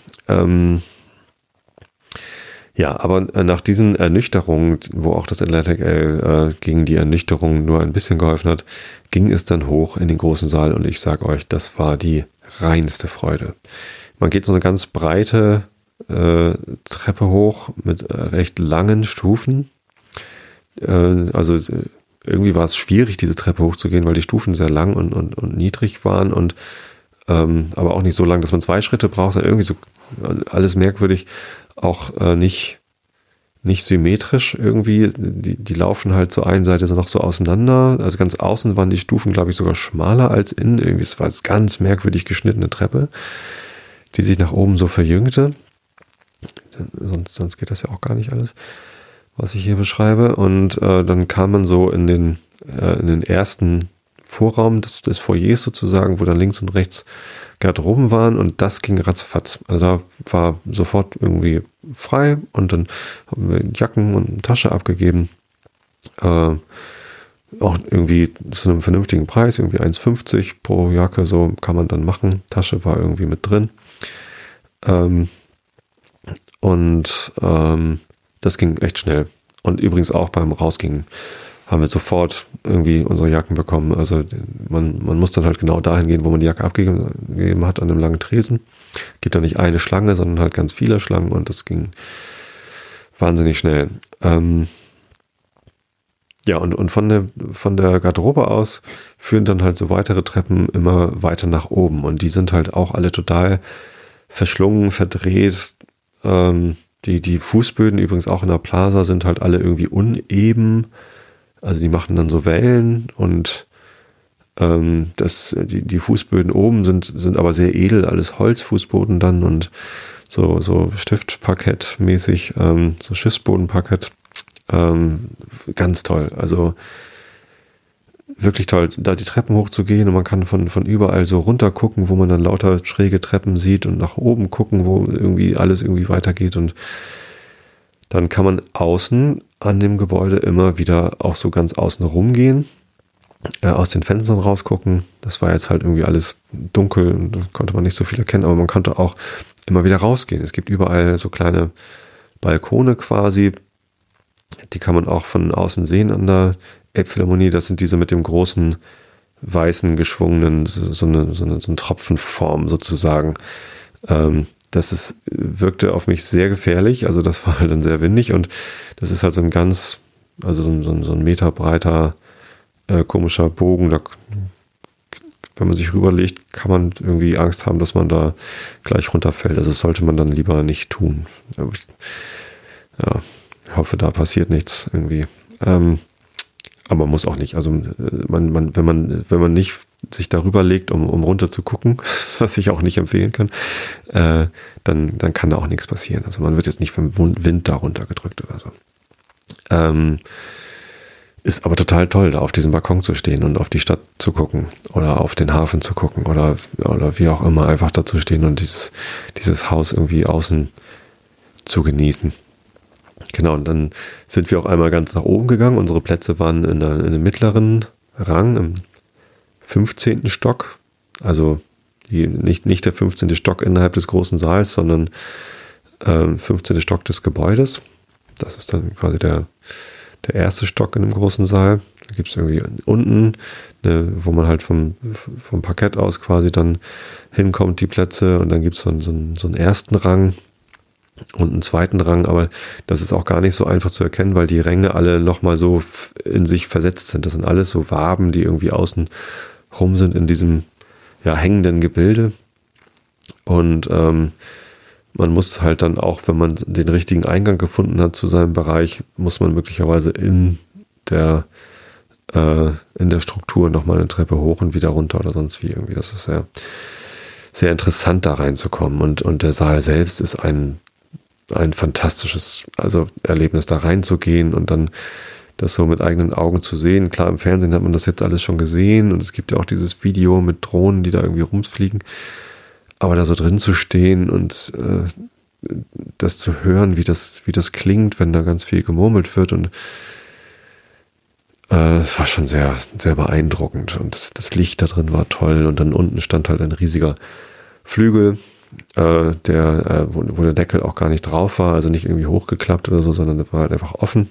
Ja, aber nach diesen Ernüchterungen, wo auch das Atlantic Ale gegen die Ernüchterung nur ein bisschen geholfen hat, ging es dann hoch in den großen Saal, und ich sage euch, das war die reinste Freude. Man geht so eine ganz breite Treppe hoch mit recht langen Stufen. Also irgendwie war es schwierig, diese Treppe hochzugehen, weil die Stufen sehr lang und niedrig waren, und aber auch nicht so lang, dass man 2 Schritte braucht, sondern irgendwie so alles merkwürdig, auch nicht symmetrisch irgendwie. Die laufen halt zur einen Seite so noch so auseinander. Also ganz außen waren die Stufen, glaube ich, sogar schmaler als innen. Irgendwie, es war eine ganz merkwürdig geschnittene Treppe, die sich nach oben so verjüngte. Sonst geht das ja auch gar nicht alles, was ich hier beschreibe. Und dann kam man so in den ersten Vorraum des Foyers sozusagen, wo dann links und rechts Garderoben waren, und das ging ratzfatz. Also da war sofort irgendwie frei, und dann haben wir Jacken und eine Tasche abgegeben. Auch irgendwie zu einem vernünftigen Preis, irgendwie 1,50 pro Jacke, so kann man dann machen. Tasche war irgendwie mit drin. Das ging echt schnell. Und übrigens auch beim Rausgehen haben wir sofort irgendwie unsere Jacken bekommen. Also man muss dann halt genau dahin gehen, wo man die Jacke abgegeben hat, an einem langen Tresen. Gibt da nicht eine Schlange, sondern halt ganz viele Schlangen, und das ging wahnsinnig schnell. Ja, und von der Garderobe aus führen dann halt so weitere Treppen immer weiter nach oben, und die sind halt auch alle total verschlungen, verdreht. Die Fußböden übrigens auch in der Plaza sind halt alle irgendwie uneben. Also die machen dann so Wellen, und die Fußböden oben sind aber sehr edel, alles Holzfußboden dann, und so Stiftparkett mäßig, so Schiffsbodenparkett. Ganz toll. Also wirklich toll, da die Treppen hochzugehen, und man kann von überall so runter gucken, wo man dann lauter schräge Treppen sieht, und nach oben gucken, wo irgendwie alles irgendwie weitergeht, und dann kann man außen an dem Gebäude immer wieder auch so ganz außen rumgehen, aus den Fenstern rausgucken. Das war jetzt halt irgendwie alles dunkel, und da konnte man nicht so viel erkennen, aber man konnte auch immer wieder rausgehen. Es gibt überall so kleine Balkone quasi, die kann man auch von außen sehen an der Elbphilharmonie. Das sind diese mit dem großen weißen, geschwungenen, so eine Tropfenform sozusagen. Wirkte auf mich sehr gefährlich, also das war halt dann sehr windig und das ist halt so ein Meter breiter komischer Bogen, wenn man sich rüberlegt, kann man irgendwie Angst haben, dass man da gleich runterfällt. Also das sollte man dann lieber nicht tun. Ich hoffe, da passiert nichts irgendwie. Aber man muss auch nicht. Also wenn man nicht sich darüber legt, um runter zu gucken, was ich auch nicht empfehlen kann, dann kann da auch nichts passieren. Also man wird jetzt nicht vom Wind da runtergedrückt oder so. Ist aber total toll, da auf diesem Balkon zu stehen und auf die Stadt zu gucken oder auf den Hafen zu gucken oder wie auch immer, einfach da zu stehen und dieses Haus irgendwie außen zu genießen. Genau, und dann sind wir auch einmal ganz nach oben gegangen. Unsere Plätze waren in einem mittleren Rang, im 15. Stock. Also nicht der 15. Stock innerhalb des großen Saals, sondern 15. Stock des Gebäudes. Das ist dann quasi der erste Stock in einem großen Saal. Da gibt es irgendwie unten, wo man halt vom Parkett aus quasi dann hinkommt, die Plätze. Und dann gibt es so einen ersten Rang und einen zweiten Rang. Aber das ist auch gar nicht so einfach zu erkennen, weil die Ränge alle nochmal so in sich versetzt sind. Das sind alles so Waben, die irgendwie außen rum sind in diesem hängenden Gebilde. Und man muss halt dann auch, wenn man den richtigen Eingang gefunden hat zu seinem Bereich, muss man möglicherweise in der Struktur nochmal eine Treppe hoch und wieder runter oder sonst wie irgendwie. Das ist sehr, sehr interessant, da reinzukommen. Und der Saal selbst ist ein fantastisches Erlebnis, da reinzugehen und dann das so mit eigenen Augen zu sehen. Klar, im Fernsehen hat man das jetzt alles schon gesehen und es gibt ja auch dieses Video mit Drohnen, die da irgendwie rumfliegen. Aber da so drin zu stehen und das zu hören, wie das klingt, wenn da ganz viel gemurmelt wird und es war schon sehr, sehr beeindruckend und das Licht da drin war toll und dann unten stand halt ein riesiger Flügel, wo der Deckel auch gar nicht drauf war, also nicht irgendwie hochgeklappt oder so, sondern der war halt einfach offen.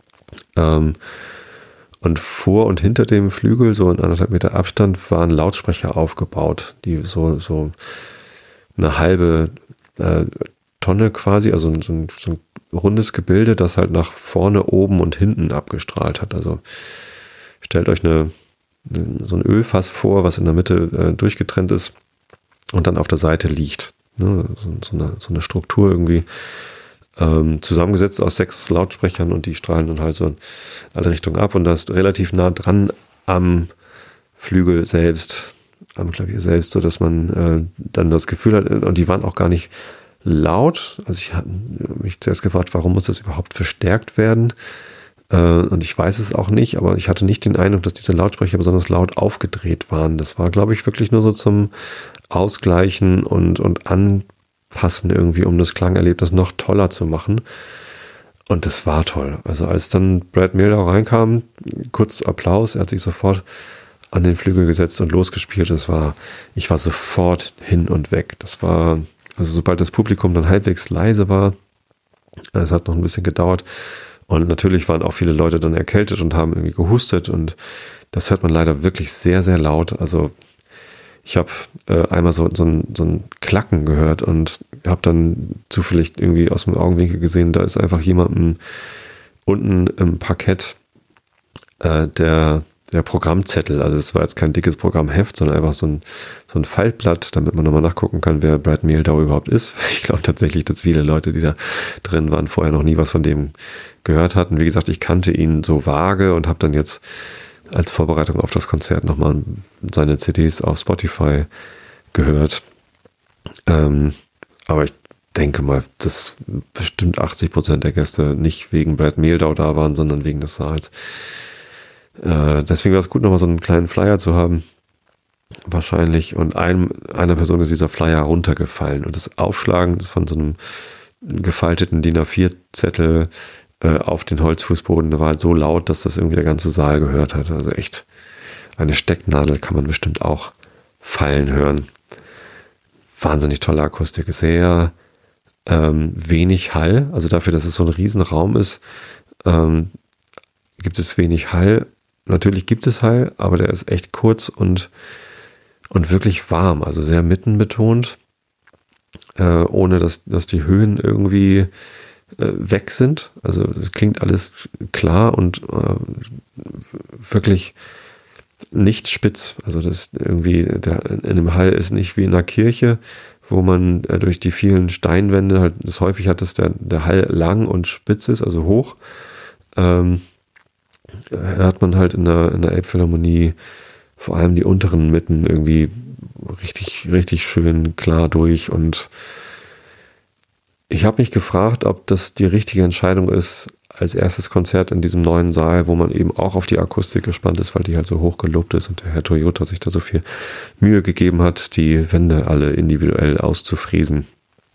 Und vor und hinter dem Flügel, so in 1,5 Meter Abstand, waren Lautsprecher aufgebaut, die so eine halbe Tonne quasi, also so ein rundes Gebilde, das halt nach vorne, oben und hinten abgestrahlt hat. Also stellt euch so ein Ölfass vor, was in der Mitte durchgetrennt ist und dann auf der Seite liegt. Ne? So eine Struktur irgendwie zusammengesetzt aus 6 Lautsprechern und die strahlen dann halt so in alle Richtungen ab und das ist relativ nah dran am Flügel selbst, am Klavier selbst, so dass man dann das Gefühl hat, und die waren auch gar nicht laut. Also ich habe mich zuerst gefragt, warum muss das überhaupt verstärkt werden? Und ich weiß es auch nicht, aber ich hatte nicht den Eindruck, dass diese Lautsprecher besonders laut aufgedreht waren. Das war, glaube ich, wirklich nur so zum Ausgleichen und Anpassen irgendwie, um das Klangerlebnis noch toller zu machen. Und das war toll. Also als dann Brad Mehldau reinkam, kurz Applaus, er hat sich sofort an den Flügel gesetzt und losgespielt. Ich war sofort hin und weg. Das war, also sobald das Publikum dann halbwegs leise war, es hat noch ein bisschen gedauert. Und natürlich waren auch viele Leute dann erkältet und haben irgendwie gehustet und das hört man leider wirklich sehr, sehr laut. Also ich habe einmal so ein Klacken gehört und habe dann zufällig irgendwie aus dem Augenwinkel gesehen, da ist einfach jemandem unten im Parkett der Programmzettel, also es war jetzt kein dickes Programmheft, sondern einfach so ein Faltblatt, damit man nochmal nachgucken kann, wer Brad Mehldau überhaupt ist. Ich glaube tatsächlich, dass viele Leute, die da drin waren, vorher noch nie was von dem gehört hatten. Wie gesagt, ich kannte ihn so vage und habe dann jetzt als Vorbereitung auf das Konzert nochmal seine CDs auf Spotify gehört. Aber ich denke mal, dass bestimmt 80% der Gäste nicht wegen Brad Mehldau da waren, sondern wegen des Saals. Deswegen war es gut, nochmal so einen kleinen Flyer zu haben. Wahrscheinlich. Und einer Person ist dieser Flyer runtergefallen. Und das Aufschlagen von so einem gefalteten DIN A4-Zettel auf den Holzfußboden, der war halt so laut, dass das irgendwie der ganze Saal gehört hat. Also echt, eine Stecknadel kann man bestimmt auch fallen hören. Wahnsinnig tolle Akustik. Sehr wenig Hall. Also dafür, dass es so ein Riesenraum ist, gibt es wenig Hall. natürlich gibt es Hall, aber der ist echt kurz und wirklich warm, also sehr mittenbetont, ohne dass die Höhen irgendwie weg sind. Also es klingt alles klar und wirklich nicht spitz. Also das irgendwie, in dem Hall ist nicht wie in einer Kirche, wo man durch die vielen Steinwände halt das häufig hat, dass der Hall lang und spitz ist, also hoch. Hat man halt in der Elbphilharmonie vor allem die unteren Mitten irgendwie richtig, richtig schön klar durch. Und ich habe mich gefragt, ob das die richtige Entscheidung ist, als erstes Konzert in diesem neuen Saal, wo man eben auch auf die Akustik gespannt ist, weil die halt so hoch gelobt ist und der Herr Toyota sich da so viel Mühe gegeben hat, die Wände alle individuell auszufräsen.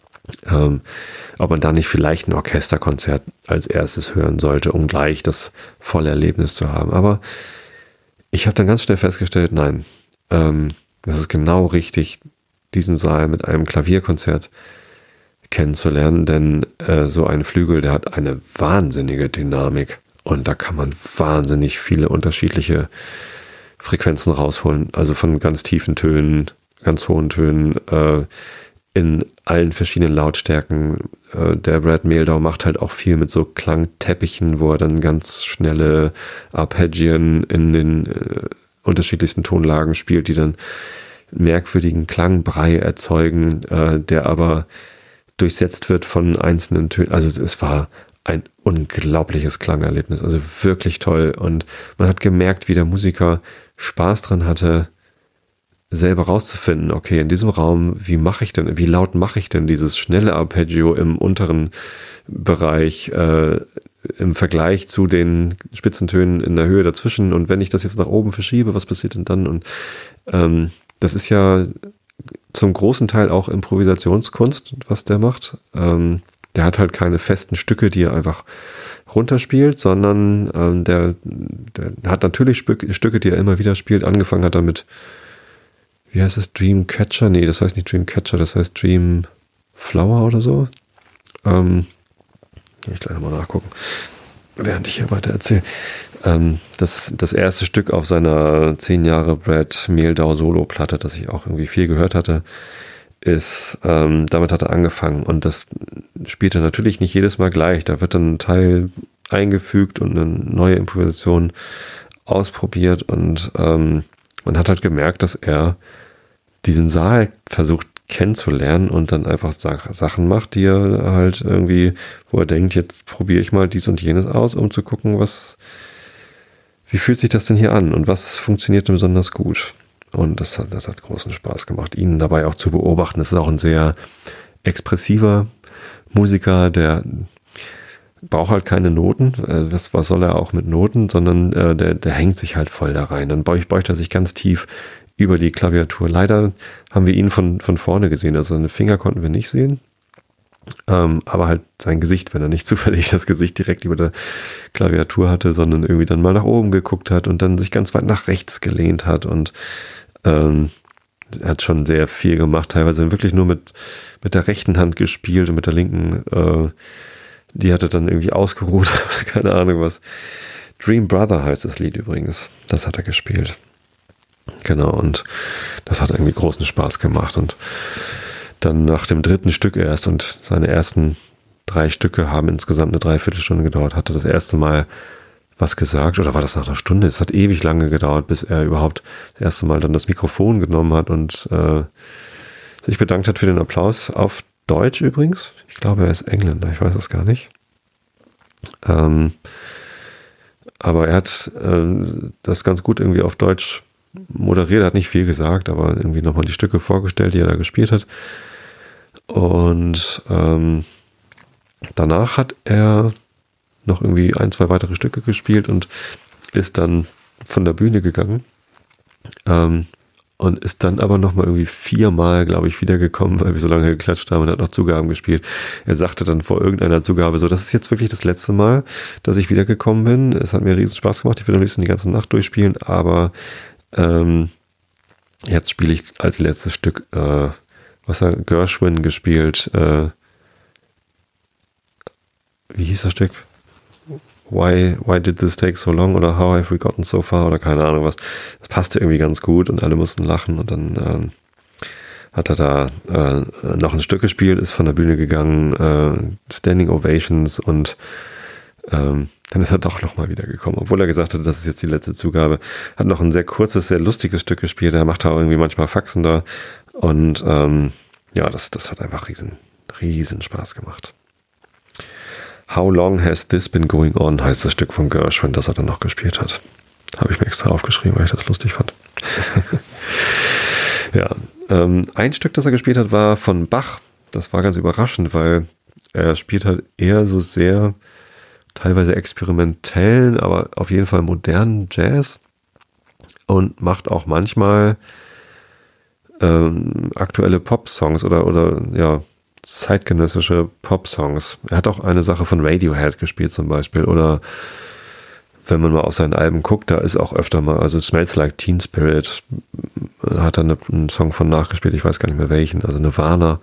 Ob man da nicht vielleicht ein Orchesterkonzert als erstes hören sollte, um gleich das volle Erlebnis zu haben. Aber ich habe dann ganz schnell festgestellt, nein, das ist genau richtig, diesen Saal mit einem Klavierkonzert kennenzulernen, denn so ein Flügel, der hat eine wahnsinnige Dynamik und da kann man wahnsinnig viele unterschiedliche Frequenzen rausholen, also von ganz tiefen Tönen, ganz hohen Tönen, in allen verschiedenen Lautstärken. Der Brad Mehldau macht halt auch viel mit so Klangteppichen, wo er dann ganz schnelle Arpeggien in den unterschiedlichsten Tonlagen spielt, die dann merkwürdigen Klangbrei erzeugen, der aber durchsetzt wird von einzelnen Tönen. Also es war ein unglaubliches Klangerlebnis, also wirklich toll. Und man hat gemerkt, wie der Musiker Spaß dran hatte, selber rauszufinden, okay, in diesem Raum, wie laut mache ich denn dieses schnelle Arpeggio im unteren Bereich im Vergleich zu den Spitzentönen in der Höhe dazwischen, und wenn ich das jetzt nach oben verschiebe, was passiert denn dann? Und das ist ja zum großen Teil auch Improvisationskunst, was der macht. Der hat halt keine festen Stücke, die er einfach runterspielt, sondern der hat natürlich Stücke, die er immer wieder spielt. Angefangen hat er mit, wie heißt es, Dreamcatcher? Nee, das heißt nicht Dreamcatcher, das heißt Dreamflower oder so. Ich gleich nochmal nachgucken, während ich hier weiter erzähle. Das erste Stück auf seiner 10 Jahre Brad Mehldau Solo-Platte, das ich auch irgendwie viel gehört hatte, ist, damit hat er angefangen, und das spielt er natürlich nicht jedes Mal gleich. Da wird dann ein Teil eingefügt und eine neue Improvisation ausprobiert, und man hat halt gemerkt, dass er diesen Saal versucht kennenzulernen und dann einfach Sachen macht, die er halt irgendwie, wo er denkt, jetzt probiere ich mal dies und jenes aus, um zu gucken, wie fühlt sich das denn hier an und was funktioniert denn besonders gut. Und das hat großen Spaß gemacht, ihn dabei auch zu beobachten. Das ist auch ein sehr expressiver Musiker, der braucht halt keine Noten. Was soll er auch mit Noten, sondern der hängt sich halt voll da rein. Dann beugt er sich ganz tief über die Klaviatur. Leider haben wir ihn von vorne gesehen, also seine Finger konnten wir nicht sehen. Aber halt sein Gesicht, wenn er nicht zufällig das Gesicht direkt über der Klaviatur hatte, sondern irgendwie dann mal nach oben geguckt hat und dann sich ganz weit nach rechts gelehnt hat, und er hat schon sehr viel gemacht, teilweise wirklich nur mit der rechten Hand gespielt und mit der linken, die hatte dann irgendwie ausgeruht, keine Ahnung was. Dream Brother heißt das Lied übrigens, das hat er gespielt. Genau, und das hat irgendwie großen Spaß gemacht, und dann nach dem dritten Stück erst, und seine ersten 3 Stücke haben insgesamt eine Dreiviertelstunde gedauert, hat er das erste Mal was gesagt, oder war das nach einer Stunde? Es hat ewig lange gedauert, bis er überhaupt das erste Mal dann das Mikrofon genommen hat und sich bedankt hat für den Applaus, auf Deutsch übrigens. Ich glaube, er ist Engländer, ich weiß es gar nicht. Aber er hat das ganz gut irgendwie auf Deutsch moderiert, hat nicht viel gesagt, aber irgendwie nochmal die Stücke vorgestellt, die er da gespielt hat. Und danach hat er noch irgendwie 1, 2 weitere Stücke gespielt und ist dann von der Bühne gegangen. Und ist dann aber nochmal irgendwie 4-mal, glaube ich, wiedergekommen, weil wir so lange geklatscht haben, und hat noch Zugaben gespielt. Er sagte dann vor irgendeiner Zugabe so, das ist jetzt wirklich das letzte Mal, dass ich wiedergekommen bin. Es hat mir riesen Spaß gemacht, ich will am liebsten die ganze Nacht durchspielen, aber jetzt spiele ich als letztes Stück, was hat Gershwin gespielt, wie hieß das Stück? why did this take so long oder how have we gotten so far oder keine Ahnung was. Das passte irgendwie ganz gut und alle mussten lachen und dann hat er da noch ein Stück gespielt, ist von der Bühne gegangen, Standing Ovations und dann ist er doch nochmal wiedergekommen, obwohl er gesagt hat, das ist jetzt die letzte Zugabe. Hat noch ein sehr kurzes, sehr lustiges Stück gespielt, er macht da irgendwie manchmal Faxen da und das hat einfach riesen Spaß gemacht. How Long Has This Been Going On heißt das Stück von Gershwin, das er dann noch gespielt hat. Habe ich mir extra aufgeschrieben, weil ich das lustig fand. Ja, ein Stück, das er gespielt hat, war von Bach. Das war ganz überraschend, weil er spielt halt eher so sehr teilweise experimentellen, aber auf jeden Fall modernen Jazz und macht auch manchmal aktuelle Pop-Songs oder zeitgenössische Pop-Songs. Er hat auch eine Sache von Radiohead gespielt zum Beispiel oder wenn man mal auf seinen Alben guckt, da ist auch öfter mal, also Smells Like Teen Spirit hat er einen Song von nachgespielt, ich weiß gar nicht mehr welchen, also Nirvana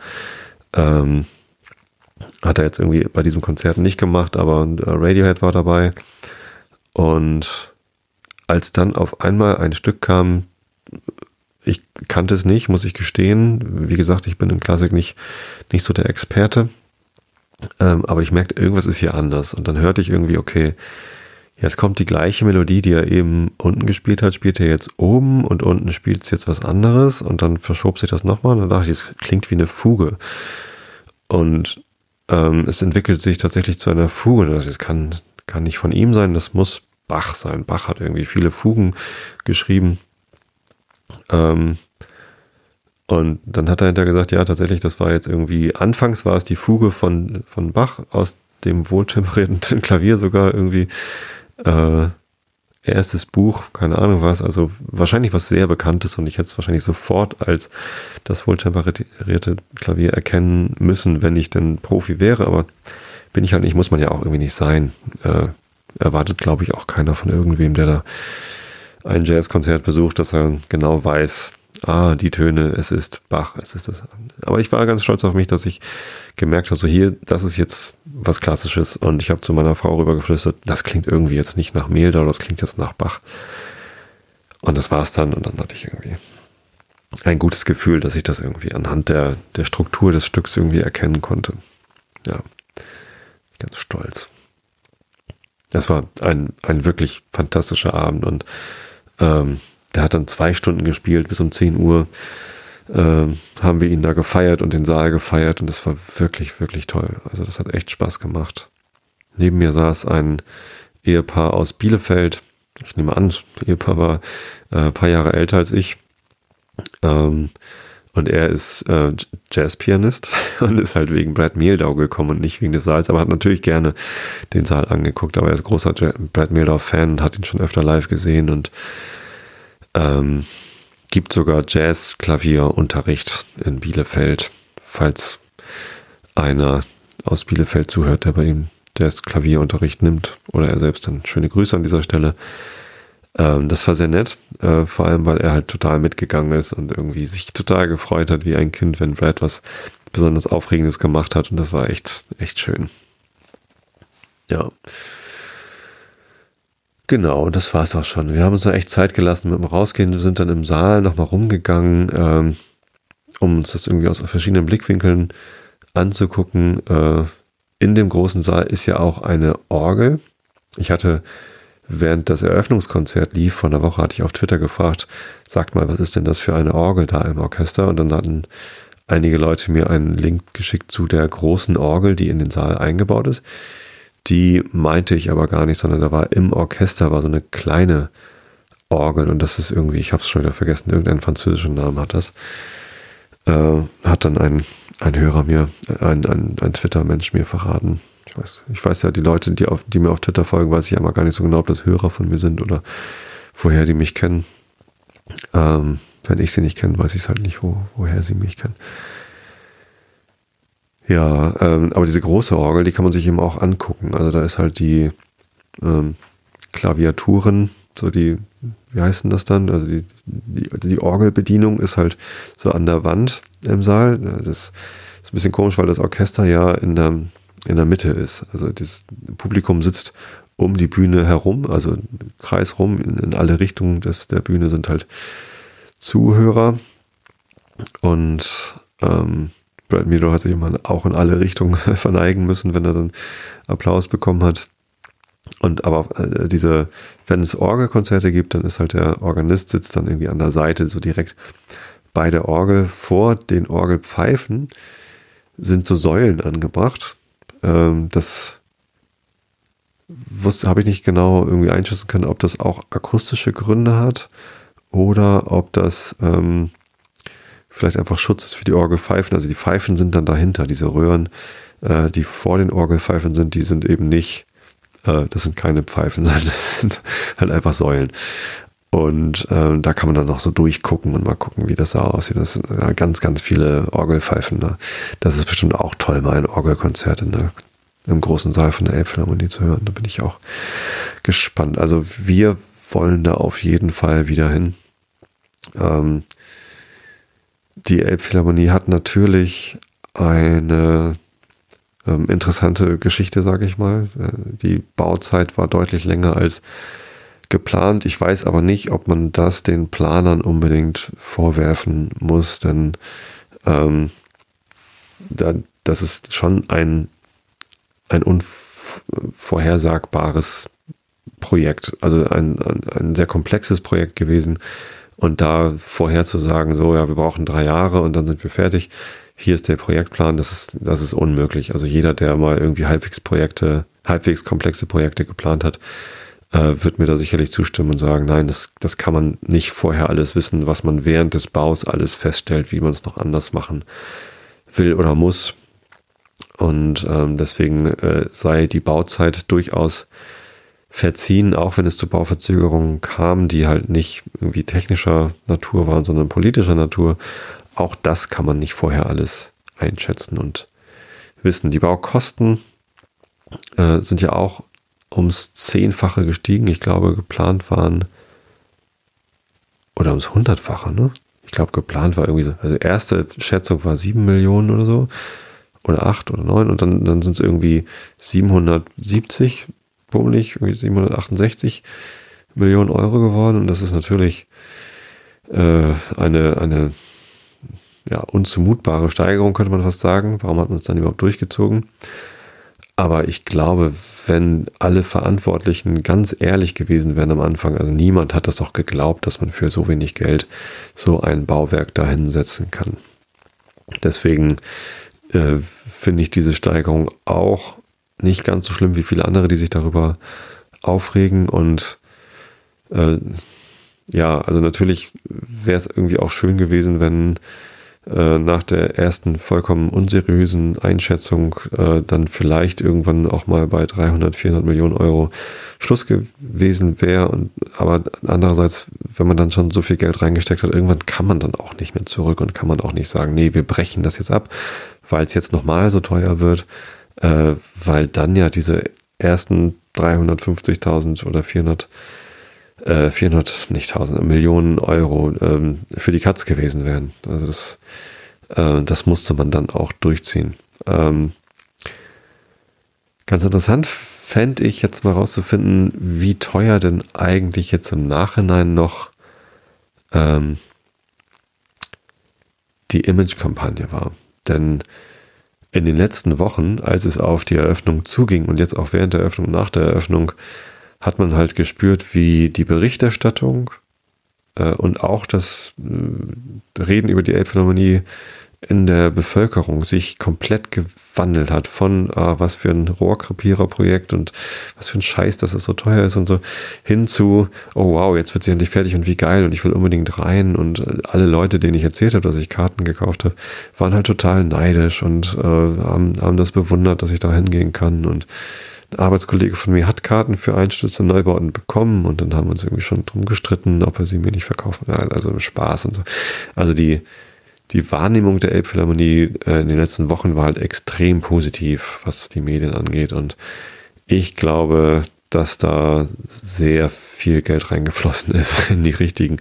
hat er jetzt irgendwie bei diesem Konzert nicht gemacht, aber Radiohead war dabei und als dann auf einmal ein Stück kam, ich kannte es nicht, muss ich gestehen, wie gesagt, ich bin in Klassik nicht so der Experte, aber ich merkte, irgendwas ist hier anders und dann hörte ich irgendwie, okay, jetzt kommt die gleiche Melodie, die er eben unten gespielt hat, spielt er jetzt oben und unten spielt es jetzt was anderes und dann verschob sich das nochmal und dann dachte ich, es klingt wie eine Fuge. Und es entwickelt sich tatsächlich zu einer Fuge. Das kann nicht von ihm sein, das muss Bach sein. Bach hat irgendwie viele Fugen geschrieben. Und dann hat er hinterher gesagt, ja, tatsächlich, das war jetzt irgendwie, anfangs war es die Fuge von Bach aus dem wohltemperierten Klavier sogar irgendwie erstes Buch, keine Ahnung was, also wahrscheinlich was sehr Bekanntes und ich hätte es wahrscheinlich sofort als das wohltemperierte Klavier erkennen müssen, wenn ich denn Profi wäre, aber bin ich halt nicht, muss man ja auch irgendwie nicht sein. Erwartet, glaube ich, auch keiner von irgendwem, der da ein Jazzkonzert besucht, dass er genau weiß, die Töne, es ist Bach, es ist das. Aber ich war ganz stolz auf mich, dass ich gemerkt habe, so hier, das ist jetzt was Klassisches und ich habe zu meiner Frau rübergeflüstert, das klingt irgendwie jetzt nicht nach Mehlder, das klingt jetzt nach Bach. Und das war's dann und dann hatte ich irgendwie ein gutes Gefühl, dass ich das irgendwie anhand der Struktur des Stücks irgendwie erkennen konnte. Ja, ganz stolz. Das war ein wirklich fantastischer Abend und der hat dann 2 Stunden gespielt, bis um 10 Uhr haben wir ihn da gefeiert und den Saal gefeiert und das war wirklich, wirklich toll. Also das hat echt Spaß gemacht. Neben mir saß ein Ehepaar aus Bielefeld. Ich nehme an, das Ehepaar war ein paar Jahre älter als ich. Und er ist Jazzpianist und ist halt wegen Brad Mehldau gekommen und nicht wegen des Saals, aber hat natürlich gerne den Saal angeguckt. Aber er ist großer Brad Mehldau-Fan und hat ihn schon öfter live gesehen und gibt sogar Jazz-Klavierunterricht in Bielefeld, falls einer aus Bielefeld zuhört, der bei ihm Jazz-Klavierunterricht nimmt oder er selbst, dann schöne Grüße an dieser Stelle. Das war sehr nett, vor allem, weil er halt total mitgegangen ist und irgendwie sich total gefreut hat wie ein Kind, wenn Brad was besonders Aufregendes gemacht hat und das war echt schön. Ja. Genau, das war es auch schon. Wir haben uns da echt Zeit gelassen mit dem Rausgehen. Wir sind dann im Saal nochmal rumgegangen, um uns das irgendwie aus verschiedenen Blickwinkeln anzugucken. In dem großen Saal ist ja auch eine Orgel. Ich hatte, während das Eröffnungskonzert lief, vor einer Woche hatte ich auf Twitter gefragt, sagt mal, was ist denn das für eine Orgel da im Orchester? Und dann hatten einige Leute mir einen Link geschickt zu der großen Orgel, die in den Saal eingebaut ist. Die meinte ich aber gar nicht, sondern da war im Orchester so eine kleine Orgel und das ist irgendwie, ich habe es schon wieder vergessen, irgendeinen französischen Namen hat das. Hat dann ein Hörer mir, ein Twitter-Mensch mir verraten. Ich weiß ja, die Leute, die mir auf Twitter folgen, weiß ich aber gar nicht so genau, ob das Hörer von mir sind oder woher die mich kennen. Wenn ich sie nicht kenne, weiß ich es halt nicht, woher sie mich kennen. Ja, aber diese große Orgel, die kann man sich eben auch angucken. Also da ist halt die Klaviaturen, so die, wie heißt denn das dann? Also die Orgelbedienung ist halt so an der Wand im Saal. Das ist ein bisschen komisch, weil das Orchester ja in der Mitte ist. Also das Publikum sitzt um die Bühne herum, also Kreis rum, in alle Richtungen der Bühne sind halt Zuhörer. Und Brad Meadow hat sich immer auch in alle Richtungen verneigen müssen, wenn er dann Applaus bekommen hat. Und aber wenn es Orgelkonzerte gibt, dann ist halt der Organist sitzt dann irgendwie an der Seite, so direkt bei der Orgel. Vor den Orgelpfeifen sind so Säulen angebracht. Das habe ich nicht genau irgendwie einschätzen können, ob das auch akustische Gründe hat oder ob das vielleicht einfach Schutz ist für die Orgelpfeifen. Also die Pfeifen sind dann dahinter, diese Röhren, die vor den Orgelpfeifen sind, die sind eben nicht, das sind keine Pfeifen, sondern das sind halt einfach Säulen. Und da kann man dann noch so durchgucken und mal gucken, wie das da aussieht. Das sind ganz, ganz viele Orgelpfeifen. Ne? Das ist bestimmt auch toll, mal ein Orgelkonzert im großen Saal von der Elbphilharmonie zu hören. Da bin ich auch gespannt. Also wir wollen da auf jeden Fall wieder hin. Die Elbphilharmonie hat natürlich eine interessante Geschichte, sage ich mal. Die Bauzeit war deutlich länger als geplant. Ich weiß aber nicht, ob man das den Planern unbedingt vorwerfen muss, denn das ist schon ein unvorhersagbares Projekt, also ein sehr komplexes Projekt gewesen. Und da vorherzusagen, so, ja, wir brauchen 3 Jahre und dann sind wir fertig. Hier ist der Projektplan, das ist unmöglich. Also jeder, der mal irgendwie halbwegs komplexe Projekte geplant hat, wird mir da sicherlich zustimmen und sagen, nein, das kann man nicht vorher alles wissen, was man während des Baus alles feststellt, wie man es noch anders machen will oder muss. Und deswegen sei die Bauzeit durchaus verziehen, auch wenn es zu Bauverzögerungen kam, die halt nicht irgendwie technischer Natur waren, sondern politischer Natur. Auch das kann man nicht vorher alles einschätzen und wissen. Die Baukosten sind ja auch ums 10-fache gestiegen. Ich glaube, geplant waren oder ums 100-fache, ne? Ich glaube, geplant war irgendwie so, also erste Schätzung war 7 Millionen oder so oder 8 oder 9 und dann sind es irgendwie 770 bummelig, irgendwie 768 Millionen Euro geworden und das ist natürlich eine unzumutbare Steigerung, könnte man fast sagen. Warum hat man es dann überhaupt durchgezogen? Aber ich glaube, wenn alle Verantwortlichen ganz ehrlich gewesen wären am Anfang, also niemand hat das doch geglaubt, dass man für so wenig Geld so ein Bauwerk da hinsetzen kann. Deswegen finde ich diese Steigerung auch nicht ganz so schlimm wie viele andere, die sich darüber aufregen. Und also natürlich wäre es irgendwie auch schön gewesen, wenn nach der ersten vollkommen unseriösen Einschätzung dann vielleicht irgendwann auch mal bei 300, 400 Millionen Euro Schluss gewesen wäre. Aber andererseits, wenn man dann schon so viel Geld reingesteckt hat, irgendwann kann man dann auch nicht mehr zurück und kann man auch nicht sagen, nee, wir brechen das jetzt ab, weil es jetzt nochmal so teuer wird, weil dann ja diese ersten 350.000 oder 400 nicht 1000 Millionen Euro für die Katz gewesen wären. Also das musste man dann auch durchziehen. Ganz interessant fände ich jetzt mal rauszufinden, wie teuer denn eigentlich jetzt im Nachhinein noch die Image-Kampagne war. Denn in den letzten Wochen, als es auf die Eröffnung zuging und jetzt auch während der Eröffnung und nach der Eröffnung, hat man halt gespürt, wie die Berichterstattung und auch das Reden über die Elbphilharmonie in der Bevölkerung sich komplett gewandelt hat von was für ein Rohrkrepierer-Projekt und was für ein Scheiß, dass es so teuer ist und so, hin zu, oh wow, jetzt wird sie endlich fertig und wie geil und ich will unbedingt rein und alle Leute, denen ich erzählt habe, dass ich Karten gekauft habe, waren halt total neidisch und haben das bewundert, dass ich da hingehen kann und ein Arbeitskollege von mir hat Karten für Einstürze und Neubauten bekommen und dann haben wir uns irgendwie schon drum gestritten, ob er sie mir nicht verkaufen. Also im Spaß und so. Also die Wahrnehmung der Elbphilharmonie in den letzten Wochen war halt extrem positiv, was die Medien angeht und ich glaube, dass da sehr viel Geld reingeflossen ist in die richtigen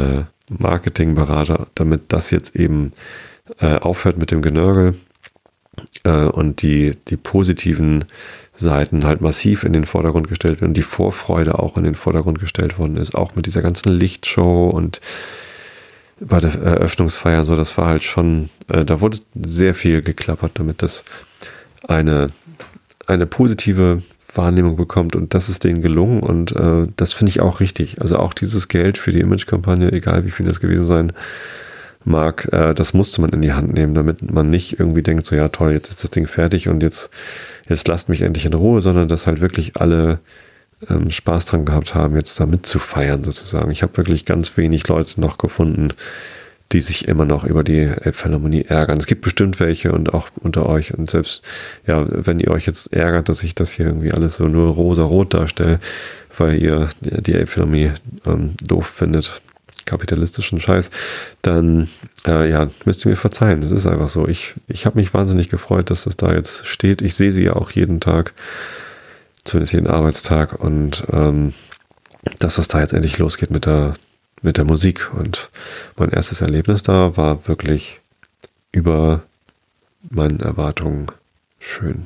Marketingberater, damit das jetzt eben aufhört mit dem Genörgel. und die positiven Seiten halt massiv in den Vordergrund gestellt werden, die Vorfreude auch in den Vordergrund gestellt worden ist, auch mit dieser ganzen Lichtshow und bei der Eröffnungsfeier, so, das war halt schon, da wurde sehr viel geklappert, damit das eine positive Wahrnehmung bekommt, und das ist denen gelungen, und das finde ich auch richtig. Also auch dieses Geld für die Image-Kampagne, egal wie viel das gewesen sein mag, das musste man in die Hand nehmen, damit man nicht irgendwie denkt, so ja toll, jetzt ist das Ding fertig und jetzt lasst mich endlich in Ruhe, sondern dass halt wirklich alle Spaß dran gehabt haben, jetzt da mitzufeiern sozusagen. Ich habe wirklich ganz wenig Leute noch gefunden, die sich immer noch über die Elbphilharmonie ärgern. Es gibt bestimmt welche, und auch unter euch, und selbst, ja, wenn ihr euch jetzt ärgert, dass ich das hier irgendwie alles so nur rosa-rot darstelle, weil ihr die Elbphilharmonie doof findet, kapitalistischen Scheiß, dann müsst ihr mir verzeihen. Das ist einfach so. Ich habe mich wahnsinnig gefreut, dass das da jetzt steht. Ich sehe sie ja auch jeden Tag, zumindest jeden Arbeitstag, und dass das da jetzt endlich losgeht mit der Musik. Und mein erstes Erlebnis da war wirklich über meinen Erwartungen schön.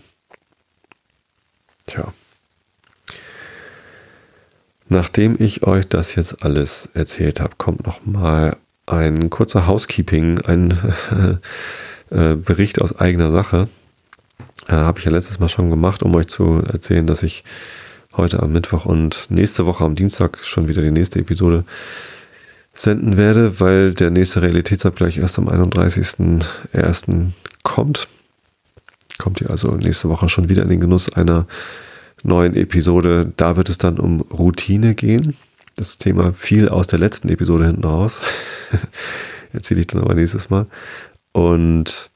Tja. Nachdem ich euch das jetzt alles erzählt habe, kommt noch mal ein kurzer Housekeeping, ein Bericht aus eigener Sache. Habe ich ja letztes Mal schon gemacht, um euch zu erzählen, dass ich heute am Mittwoch und nächste Woche am Dienstag schon wieder die nächste Episode senden werde, weil der nächste Realitätsabgleich erst am 31.01. kommt. Kommt ihr also nächste Woche schon wieder in den Genuss einer neuen Episode. Da wird es dann um Routine gehen. Das Thema fiel aus der letzten Episode hinten raus. Erzähle ich dann aber nächstes Mal. Und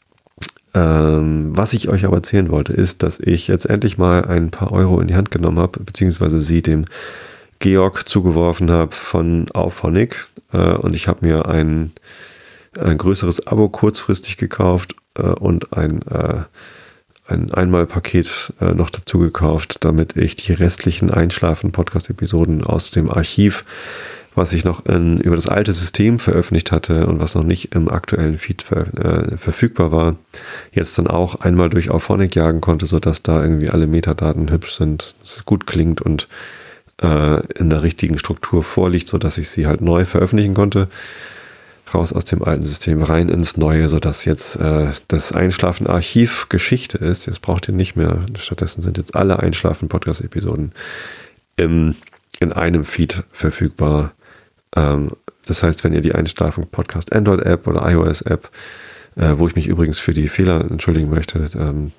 was ich euch aber erzählen wollte, ist, dass ich jetzt endlich mal ein paar Euro in die Hand genommen habe, beziehungsweise sie dem Georg zugeworfen habe von Auphonic. Und ich habe mir ein größeres Abo kurzfristig gekauft und ein Einmalpaket noch dazu gekauft, damit ich die restlichen Einschlafen-Podcast-Episoden aus dem Archiv, was ich noch über das alte System veröffentlicht hatte und was noch nicht im aktuellen Feed verfügbar war, jetzt dann auch einmal durch Auphonic jagen konnte, sodass da irgendwie alle Metadaten hübsch sind, dass es gut klingt und in der richtigen Struktur vorliegt, sodass ich sie halt neu veröffentlichen konnte. Raus aus dem alten System, rein ins neue, sodass jetzt das Einschlafen-Archiv Geschichte ist. Jetzt braucht ihr nicht mehr. Stattdessen sind jetzt alle Einschlafen-Podcast-Episoden in einem Feed verfügbar. Das heißt, wenn ihr die Einschlafen-Podcast Android-App oder iOS-App, wo ich mich übrigens für die Fehler entschuldigen möchte,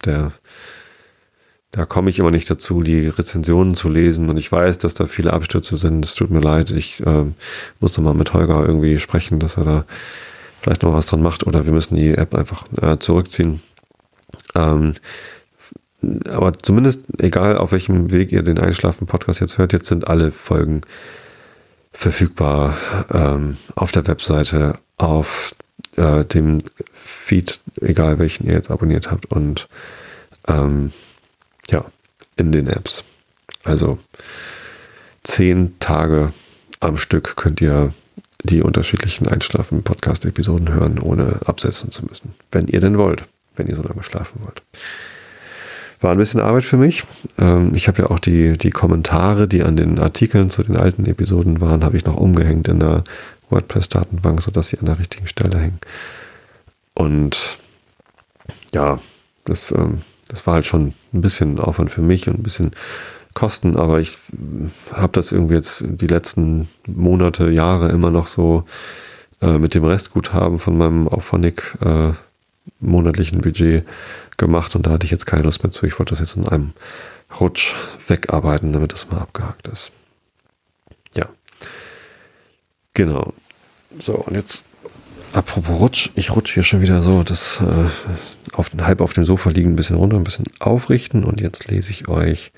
da komme ich immer nicht dazu, die Rezensionen zu lesen, und ich weiß, dass da viele Abstürze sind. Es tut mir leid. Ich muss noch mal mit Holger irgendwie sprechen, dass er da vielleicht noch was dran macht, oder wir müssen die App einfach zurückziehen. Aber zumindest, egal auf welchem Weg ihr den Einschlafen-Podcast jetzt hört, jetzt sind alle Folgen verfügbar auf der Webseite, auf dem Feed, egal welchen ihr jetzt abonniert habt, und in den Apps. Also 10 Tage am Stück könnt ihr die unterschiedlichen Einschlafen-Podcast-Episoden hören, ohne absetzen zu müssen. Wenn ihr denn wollt, wenn ihr so lange schlafen wollt. War ein bisschen Arbeit für mich. Ich habe ja auch die Kommentare, die an den Artikeln zu den alten Episoden waren, habe ich noch umgehängt in der WordPress-Datenbank, sodass sie an der richtigen Stelle hängen. Und ja, das war halt schon ein bisschen Aufwand für mich und ein bisschen Kosten, aber ich habe das irgendwie jetzt die letzten Monate, Jahre immer noch so mit dem Restguthaben von meinem Auphonic monatlichen Budget gemacht, und da hatte ich jetzt keine Lust mehr zu. Ich wollte das jetzt in einem Rutsch wegarbeiten, damit das mal abgehakt ist. Ja, genau. So, und jetzt apropos Rutsch, ich rutsche hier schon wieder so, das halb auf dem Sofa liegen, ein bisschen runter, ein bisschen aufrichten, und jetzt lese ich euch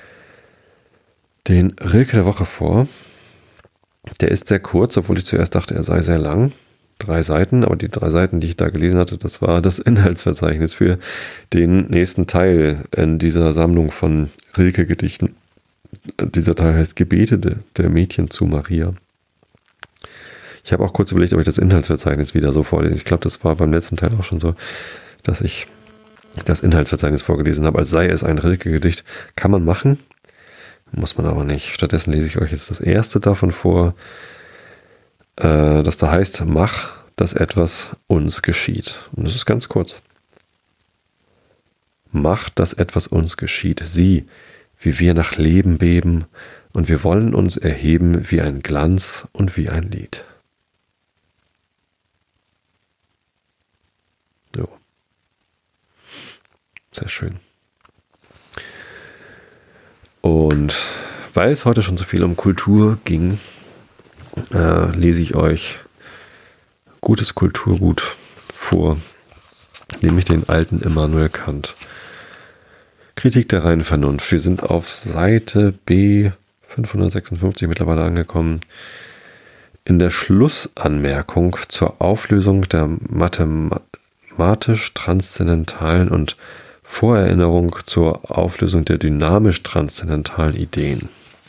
den Rilke der Woche vor. Der ist sehr kurz, obwohl ich zuerst dachte, er sei sehr lang. 3 Seiten, aber die 3 Seiten, die ich da gelesen hatte, das war das Inhaltsverzeichnis für den nächsten Teil in dieser Sammlung von Rilke-Gedichten. Dieser Teil heißt Gebete der Mädchen zu Maria. Ich habe auch kurz überlegt, ob ich das Inhaltsverzeichnis wieder so vorlese. Ich glaube, das war beim letzten Teil auch schon so, dass ich das Inhaltsverzeichnis vorgelesen habe, als sei es ein Rilke-Gedicht. Kann man machen, muss man aber nicht. Stattdessen lese ich euch jetzt das erste davon vor, das da heißt, mach, dass etwas uns geschieht. Und das ist ganz kurz. Mach, dass etwas uns geschieht. Sieh, wie wir nach Leben beben, und wir wollen uns erheben wie ein Glanz und wie ein Lied. Jo. Sehr schön. Und weil es heute schon so viel um Kultur ging, lese ich euch gutes Kulturgut vor, nämlich den alten Immanuel Kant. Kritik der reinen Vernunft. Wir sind auf Seite B 556 mittlerweile angekommen. In der Schlussanmerkung zur Auflösung der mathematisch-transzendentalen und Vorerinnerung zur Auflösung der dynamisch-transzendentalen Ideen.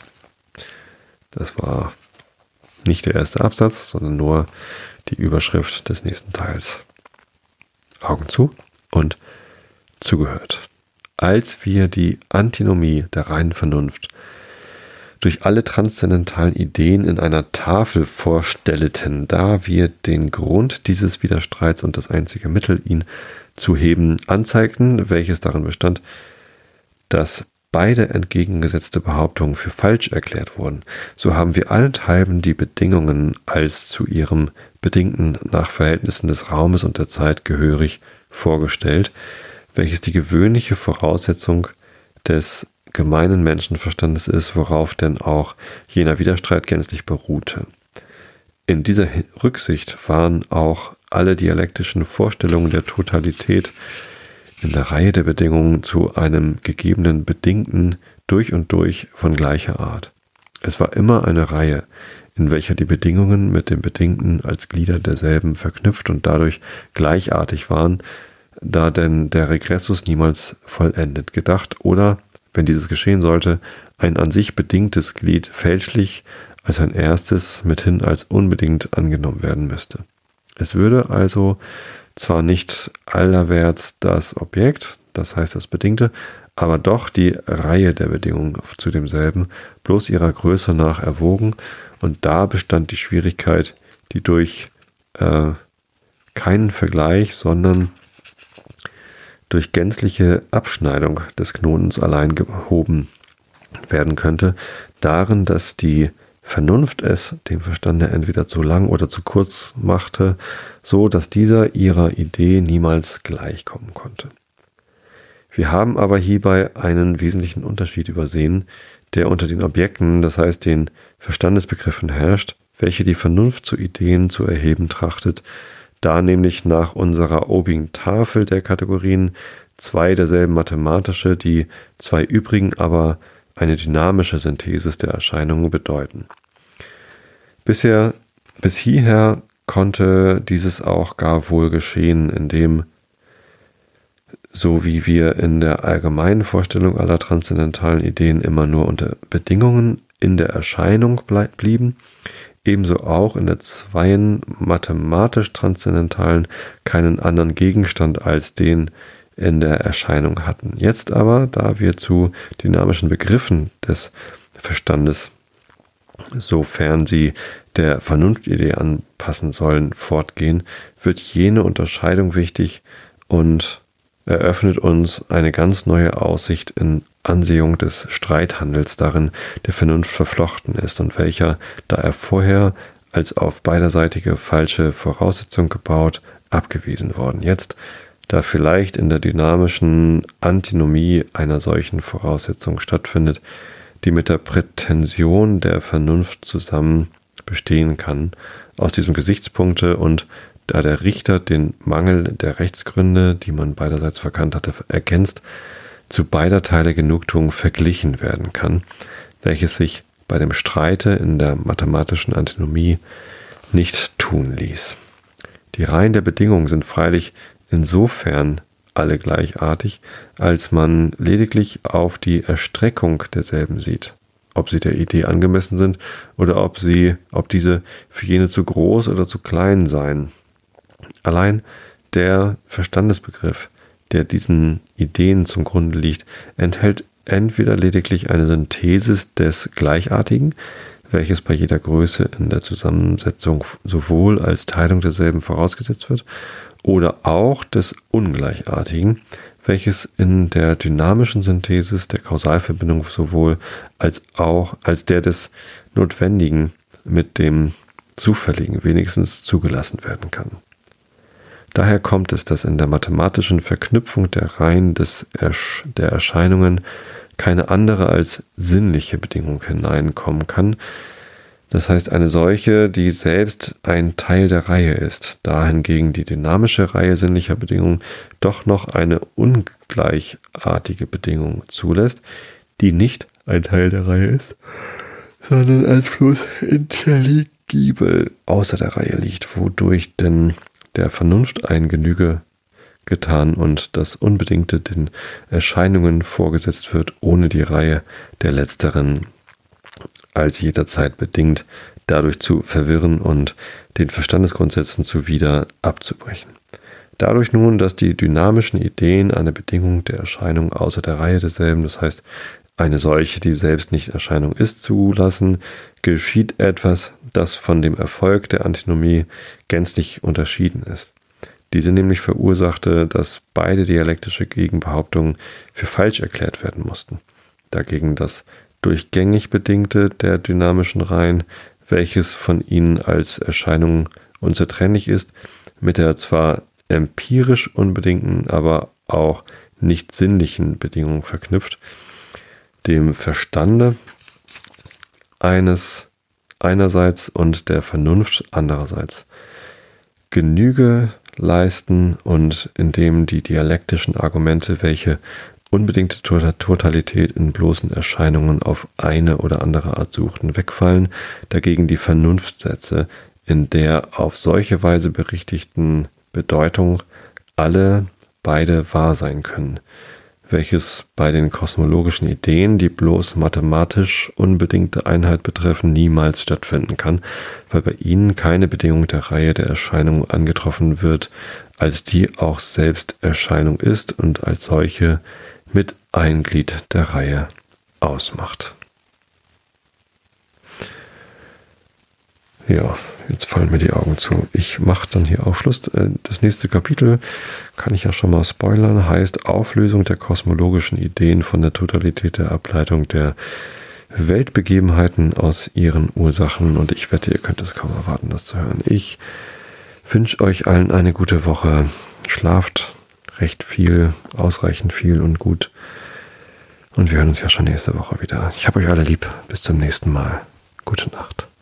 Das war nicht der erste Absatz, sondern nur die Überschrift des nächsten Teils. Augen zu und zugehört. Als wir die Antinomie der reinen Vernunft durch alle transzendentalen Ideen in einer Tafel vorstellten, da wir den Grund dieses Widerstreits und das einzige Mittel, ihn zu heben, anzeigten, welches darin bestand, dass beide entgegengesetzte Behauptungen für falsch erklärt wurden, so haben wir allenthalben die Bedingungen als zu ihrem Bedingten nach Verhältnissen des Raumes und der Zeit gehörig vorgestellt, welches die gewöhnliche Voraussetzung des gemeinen Menschenverstandes ist, worauf denn auch jener Widerstreit gänzlich beruhte. In dieser Rücksicht waren auch alle dialektischen Vorstellungen der Totalität in der Reihe der Bedingungen zu einem gegebenen Bedingten durch und durch von gleicher Art. Es war immer eine Reihe, in welcher die Bedingungen mit dem Bedingten als Glieder derselben verknüpft und dadurch gleichartig waren, da denn der Regressus niemals vollendet gedacht oder, wenn dieses geschehen sollte, ein an sich bedingtes Glied fälschlich als ein erstes mithin als unbedingt angenommen werden müsste. Es würde also zwar nicht allerwärts das Objekt, das heißt das Bedingte, aber doch die Reihe der Bedingungen zu demselben, bloß ihrer Größe nach erwogen, und da bestand die Schwierigkeit, die durch keinen Vergleich, sondern durch gänzliche Abschneidung des Knotens allein gehoben werden könnte, darin, dass die Vernunft es dem Verstande entweder zu lang oder zu kurz machte, so dass dieser ihrer Idee niemals gleichkommen konnte. Wir haben aber hierbei einen wesentlichen Unterschied übersehen, der unter den Objekten, das heißt den Verstandesbegriffen herrscht, welche die Vernunft zu Ideen zu erheben trachtet, da nämlich nach unserer obigen Tafel der Kategorien zwei derselben mathematische, die zwei übrigen aber eine dynamische Synthesis der Erscheinungen bedeuten. Bis hierher konnte dieses auch gar wohl geschehen, indem, so wie wir in der allgemeinen Vorstellung aller transzendentalen Ideen immer nur unter Bedingungen in der Erscheinung blieben, ebenso auch in der zweien mathematisch-transzendentalen keinen anderen Gegenstand als den in der Erscheinung hatten. Jetzt aber, da wir zu dynamischen Begriffen des Verstandes, sofern sie der Vernunftidee anpassen sollen, fortgehen, wird jene Unterscheidung wichtig und eröffnet uns eine ganz neue Aussicht in Ansehung des Streithandels darin der Vernunft verflochten ist und welcher, da er vorher als auf beiderseitige falsche Voraussetzung gebaut, abgewiesen worden. Jetzt, da vielleicht in der dynamischen Antinomie einer solchen Voraussetzung stattfindet, die mit der Prätension der Vernunft zusammen bestehen kann, aus diesem Gesichtspunkte und da der Richter den Mangel der Rechtsgründe, die man beiderseits verkannt hatte, ergänzt, zu beider Teile Genugtuung verglichen werden kann, welches sich bei dem Streite in der mathematischen Antinomie nicht tun ließ. Die Reihen der Bedingungen sind freilich insofern alle gleichartig, als man lediglich auf die Erstreckung derselben sieht, ob sie der Idee angemessen sind oder ob diese für jene zu groß oder zu klein seien. Allein der Verstandesbegriff, der diesen Ideen zum Grunde liegt, enthält entweder lediglich eine Synthesis des Gleichartigen, welches bei jeder Größe in der Zusammensetzung sowohl als Teilung derselben vorausgesetzt wird, oder auch des Ungleichartigen, welches in der dynamischen Synthesis der Kausalverbindung sowohl als auch als der des Notwendigen mit dem Zufälligen wenigstens zugelassen werden kann. Daher kommt es, dass in der mathematischen Verknüpfung der Reihen der Erscheinungen keine andere als sinnliche Bedingung hineinkommen kann, das heißt eine solche, die selbst ein Teil der Reihe ist, da hingegen die dynamische Reihe sinnlicher Bedingungen doch noch eine ungleichartige Bedingung zulässt, die nicht ein Teil der Reihe ist, sondern als bloß intelligibel außer der Reihe liegt, wodurch denn der Vernunft ein Genüge getan und das Unbedingte den Erscheinungen vorgesetzt wird, ohne die Reihe der letzteren als jederzeit bedingt dadurch zu verwirren und den Verstandesgrundsätzen zuwider abzubrechen. Dadurch nun, dass die dynamischen Ideen eine Bedingung der Erscheinung außer der Reihe derselben, das heißt eine solche, die selbst nicht Erscheinung ist, zulassen, geschieht etwas, das von dem Erfolg der Antinomie gänzlich unterschieden ist. Diese nämlich verursachte, dass beide dialektische Gegenbehauptungen für falsch erklärt werden mussten. Dagegen das durchgängig Bedingte der dynamischen Reihen, welches von ihnen als Erscheinung unzertrennlich ist, mit der zwar empirisch unbedingten, aber auch nicht sinnlichen Bedingung verknüpft, dem Verstande einerseits und der Vernunft andererseits Genüge leisten und indem die dialektischen Argumente, welche unbedingte Totalität in bloßen Erscheinungen auf eine oder andere Art suchten, wegfallen, dagegen die Vernunftsätze in der auf solche Weise berichtigten Bedeutung beide wahr sein können, welches bei den kosmologischen Ideen, die bloß mathematisch unbedingte Einheit betreffen, niemals stattfinden kann, weil bei ihnen keine Bedingung der Reihe der Erscheinung angetroffen wird, als die auch selbst Erscheinung ist und als solche mit ein Glied der Reihe ausmacht. Ja, jetzt fallen mir die Augen zu. Ich mache dann hier auch Schluss. Das nächste Kapitel, kann ich ja schon mal spoilern, heißt Auflösung der kosmologischen Ideen von der Totalität der Ableitung der Weltbegebenheiten aus ihren Ursachen. Und ich wette, ihr könnt es kaum erwarten, das zu hören. Ich wünsche euch allen eine gute Woche. Schlaft recht viel, ausreichend viel und gut. Und wir hören uns ja schon nächste Woche wieder. Ich habe euch alle lieb. Bis zum nächsten Mal. Gute Nacht.